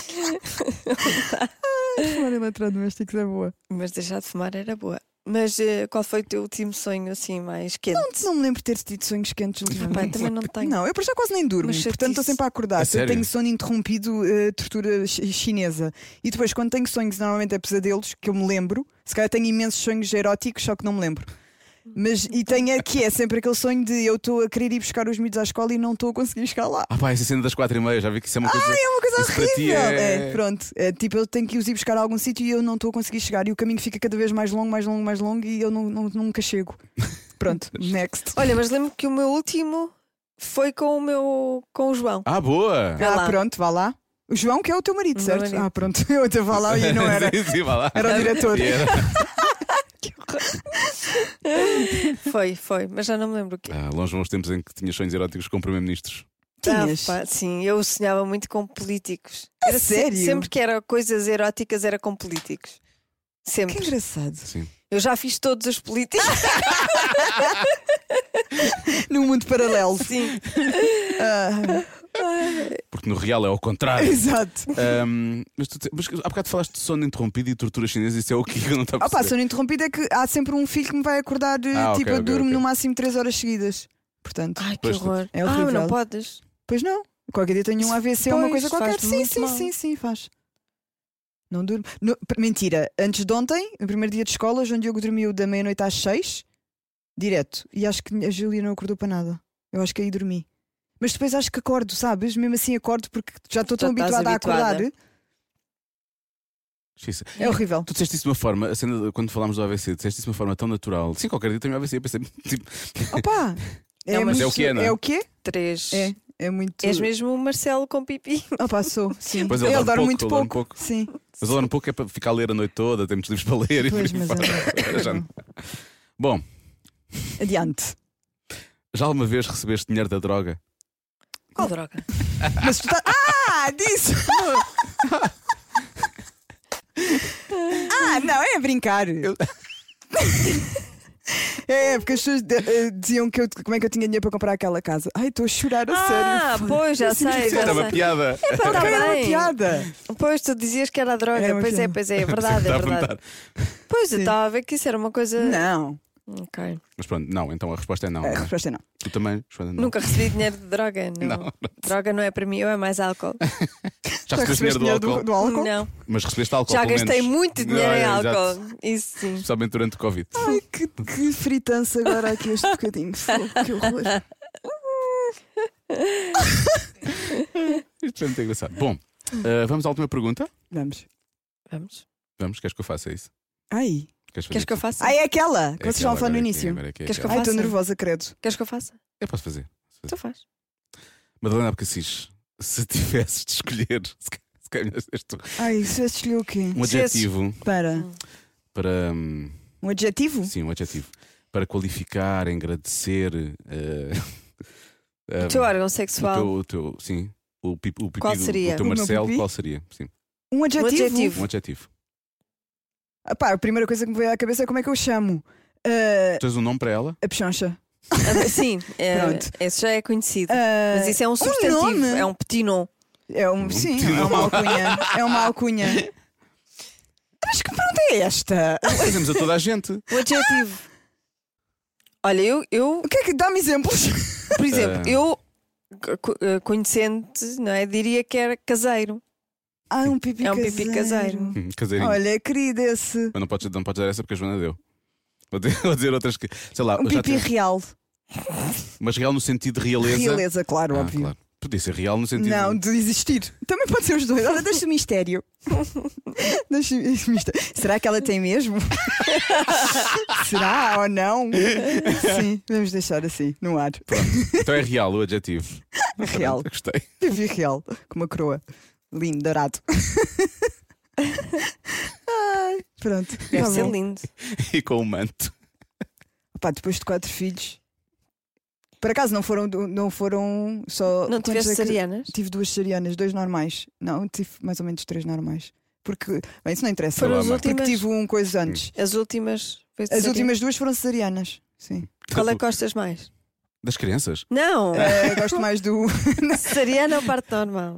Fumar eletrodomésticos é boa. Mas deixar de fumar era boa. Mas qual foi o teu último sonho assim mais quente? Não me lembro de ter tido sonhos quentes ultimamente. Também não tenho. Não, eu por já quase nem durmo, Mas portanto estou sempre a acordar. sério? Eu tenho sono interrompido, tortura chinesa. E depois, quando tenho sonhos, normalmente é pesadelos, que eu me lembro. Se calhar tenho imensos sonhos eróticos, só que não me lembro. E tenho que é sempre aquele sonho de eu estou a querer ir buscar os miúdos à escola e não estou a conseguir chegar lá. Essa cena das 4h30, já vi que isso é uma coisa. É uma coisa isso para ti horrível. Pronto. É tipo, eu tenho que os ir buscar a algum sítio e eu não estou a conseguir chegar. E o caminho fica cada vez mais longo e eu nunca chego. Pronto, next. Olha, mas lembro que o meu último foi com o João. Boa! Pronto, vá lá. O João, que é o teu marido, O meu certo? marido. Pronto, eu até vá lá e não era. Sim, vá lá. Era o diretor. Foi, mas já não me lembro o quê. Longe vão os tempos em que tinhas sonhos eróticos com primeiro-ministros. Tinhas? Sim, eu sonhava muito com políticos. A sério? Sempre que era coisas eróticas era com políticos. Sempre. Que engraçado. Sim. Eu já fiz todos os políticos. Num mundo paralelo. Sim. Porque no real é ao contrário. Exato. Mas há bocado falaste de sono interrompido e tortura chinesa. Isso é o que eu não estava a perceber. Sono interrompido é que há sempre um filho que me vai acordar. Eu durmo no máximo 3 horas seguidas. Portanto, Ai, que horror. é horrível. Não podes. Pois não. Qualquer dia tenho um AVC ou uma coisa qualquer. Sim, Sim, faz. Não durmo. Mentira. Antes de ontem, no primeiro dia de escola, o João Diogo dormiu da meia-noite às 6, direto. E acho que a Júlia não acordou para nada. Eu acho que aí dormi. Mas depois acho que acordo, sabes? Mesmo assim acordo porque já estou tão habituada a acordar. É horrível. Tu disseste isso de uma forma, a cena, quando falámos do AVC, disseste isso de uma forma tão natural. Sim, qualquer dia tenho AVC. Eu pensei, tipo. Opa! Mas é o que é, não é? É o quê? 3. É muito. És mesmo o Marcelo com pipi. Sou, sim. Pois ele dorme muito ele dorme pouco. Sim. Mas ele dorme pouco é para ficar a ler a noite toda, tem muitos livros para ler. Pois, mas Bom, adiante. já alguma vez recebeste dinheiro da droga? Qual droga? Mas tu estás. Disso! Não, é a brincar. É, porque as pessoas diziam que como é que eu tinha dinheiro para comprar aquela casa. Ai, estou a chorar a sério. Pois, já sei. Era uma piada. Era uma piada. Pois, tu dizias que era droga. Pois é, é verdade, é verdade. Pois, eu estava a ver que isso era uma coisa. Não. Ok. Mas pronto, não, então a resposta é não. A resposta é não. Tu também, Joana, não. Nunca recebi dinheiro de droga. Não. Droga não é para mim, eu é mais álcool. Já recebeste dinheiro do álcool? Não. Mas recebeste álcool, Já pelo gastei menos. muito dinheiro em Exato. álcool. Isso sim. Especialmente durante o Covid. Ai, que fritança agora aqui este bocadinho. Que horror. Isto é muito engraçado. Bom, Vamos à última pergunta? Vamos. Vamos, queres que eu faça isso? Ai. Queres que eu faça? É aquela que vocês estavam a falar no início. Queres que eu Ai, faça? estou nervosa, credo. Queres que eu faça? Eu posso fazer. Tu faz. Madalena Abcacis, se tivesses de escolher, se calhar este, Ai, se escolheu o quê? um adjetivo Para. Um adjetivo? Sim, um adjetivo. Para qualificar, agradecer. O teu órgão sexual. O teu, sim. O pipi Qual seria? do teu O meu Marcelo, pipi? qual seria? Sim. Um adjetivo? Um adjetivo. A primeira coisa que me veio à cabeça é como é que eu chamo. Tens um nome para ela? A pechoncha. Sim, Pronto. esse já é conhecido. Ah, Mas isso é um substantivo, nome? é um petit nom. Sim, é uma alcunha. É uma alcunha. Mas que pergunta é esta? Fazemos a toda a gente. O adjetivo. Olha, eu O que é que dá-me exemplos? por exemplo, eu conhecendo-te, não é? Diria que era caseiro. Um pipi É um caseiro. pipi caseiro. Caseirinho. Olha, querido esse. Mas não podes dar essa porque a Joana deu. Vou dizer outras que. Sei lá, Um eu já pipi tive- real. mas real no sentido de realeza. Realeza, claro, óbvio. Claro. Podia ser real no sentido. Não, de existir. Também pode ser os dois. Olha, deixa o mistério. Deixa o mistério. Será que ela tem mesmo? Será ou não? Sim, vamos deixar assim, no ar. Então é real o adjetivo. Real. Gostei. Pipi real, com uma coroa. Lindo, dourado. Ai, pronto. Deve Tá ser bom. lindo. E com o manto. Pá, depois de 4 filhos. Por acaso não foram só. Não quantos tiveste é que- cesarianas? Tive 2 cesarianas, 2 normais. Não, tive mais ou menos 3 normais. Porque, bem, isso não interessa. Foram as Porque últimas? tive um coisa antes. As últimas. foi As cesariana? últimas 2 foram cesarianas. Sim. Qual é que gostas mais? Das crianças? Não! Gosto mais do. Cesariana ou parte normal?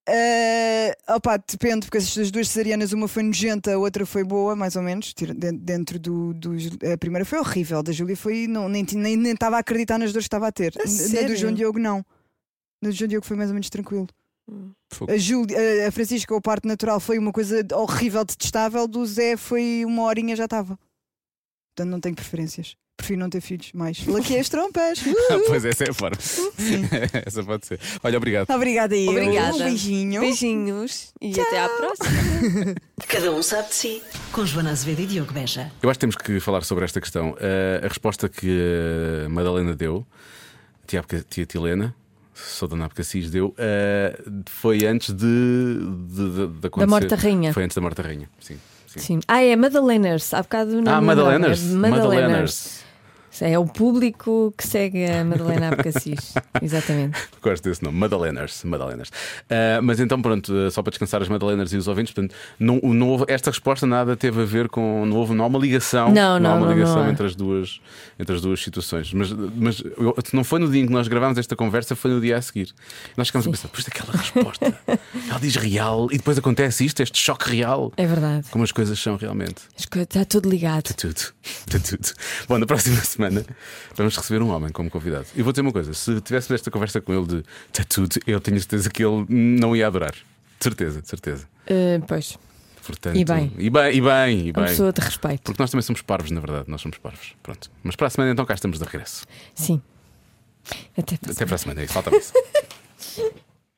Depende, porque as 2 cesarianas, uma foi nojenta, a outra foi boa, mais ou menos. Dentro do. A primeira foi horrível, da Júlia foi. Nem estava a acreditar nas dores que estava a ter. Na sério? do João Diogo, não. Na do João Diogo foi mais ou menos tranquilo. Fogo. A Francisca, o parto natural, foi uma coisa horrível, detestável. Do Zé foi 1 horinha, já estava. Portanto, não tenho preferências. Prefiro não ter filhos mais. Laquei as trompas. Pois essa é a forma. Essa pode ser. Olha, obrigado. Obrigada aí. Obrigada. Um beijinho. Beijinhos e até à próxima. Cada um sabe de si. Com Joana Azevedo e Diogo Beja. Eu acho que temos que falar sobre esta questão. A resposta que a Madalena deu, tia Tilena, sou Dona Abcacis, deu, foi antes de acontecer. Da morte da rainha. Foi antes da morte da rainha, sim. Sim. É Madaleners. Há bocado não. Madaleners. Madaleners. É o público que segue a Madalena Abcacis. Exatamente. Gosto desse nome, Madaleners. Mas então, pronto, só para descansar as Madaleners e os ouvintes, portanto, não houve, esta resposta nada teve a ver com. Não há uma ligação. Não há uma ligação entre as duas situações. Mas se não foi no dia em que nós gravámos esta conversa, foi no dia a seguir. Nós ficámos a pensar, pois daquela resposta. Ela diz real e depois acontece isto, este choque real. É verdade. Como as coisas são realmente. Está tudo ligado. Está tudo. Bom, na próxima semana vamos receber um homem como convidado. E vou dizer uma coisa: se tivéssemos esta conversa com ele de está tudo, eu tenho certeza que ele não ia adorar. De certeza. Pois. Portanto, E bem. Uma pessoa de respeito. Porque nós também somos parvos, na verdade. Nós somos parvos. Pronto. Mas para a semana então cá estamos de regresso. Sim. Até Até para a semana. É isso. Falta isso.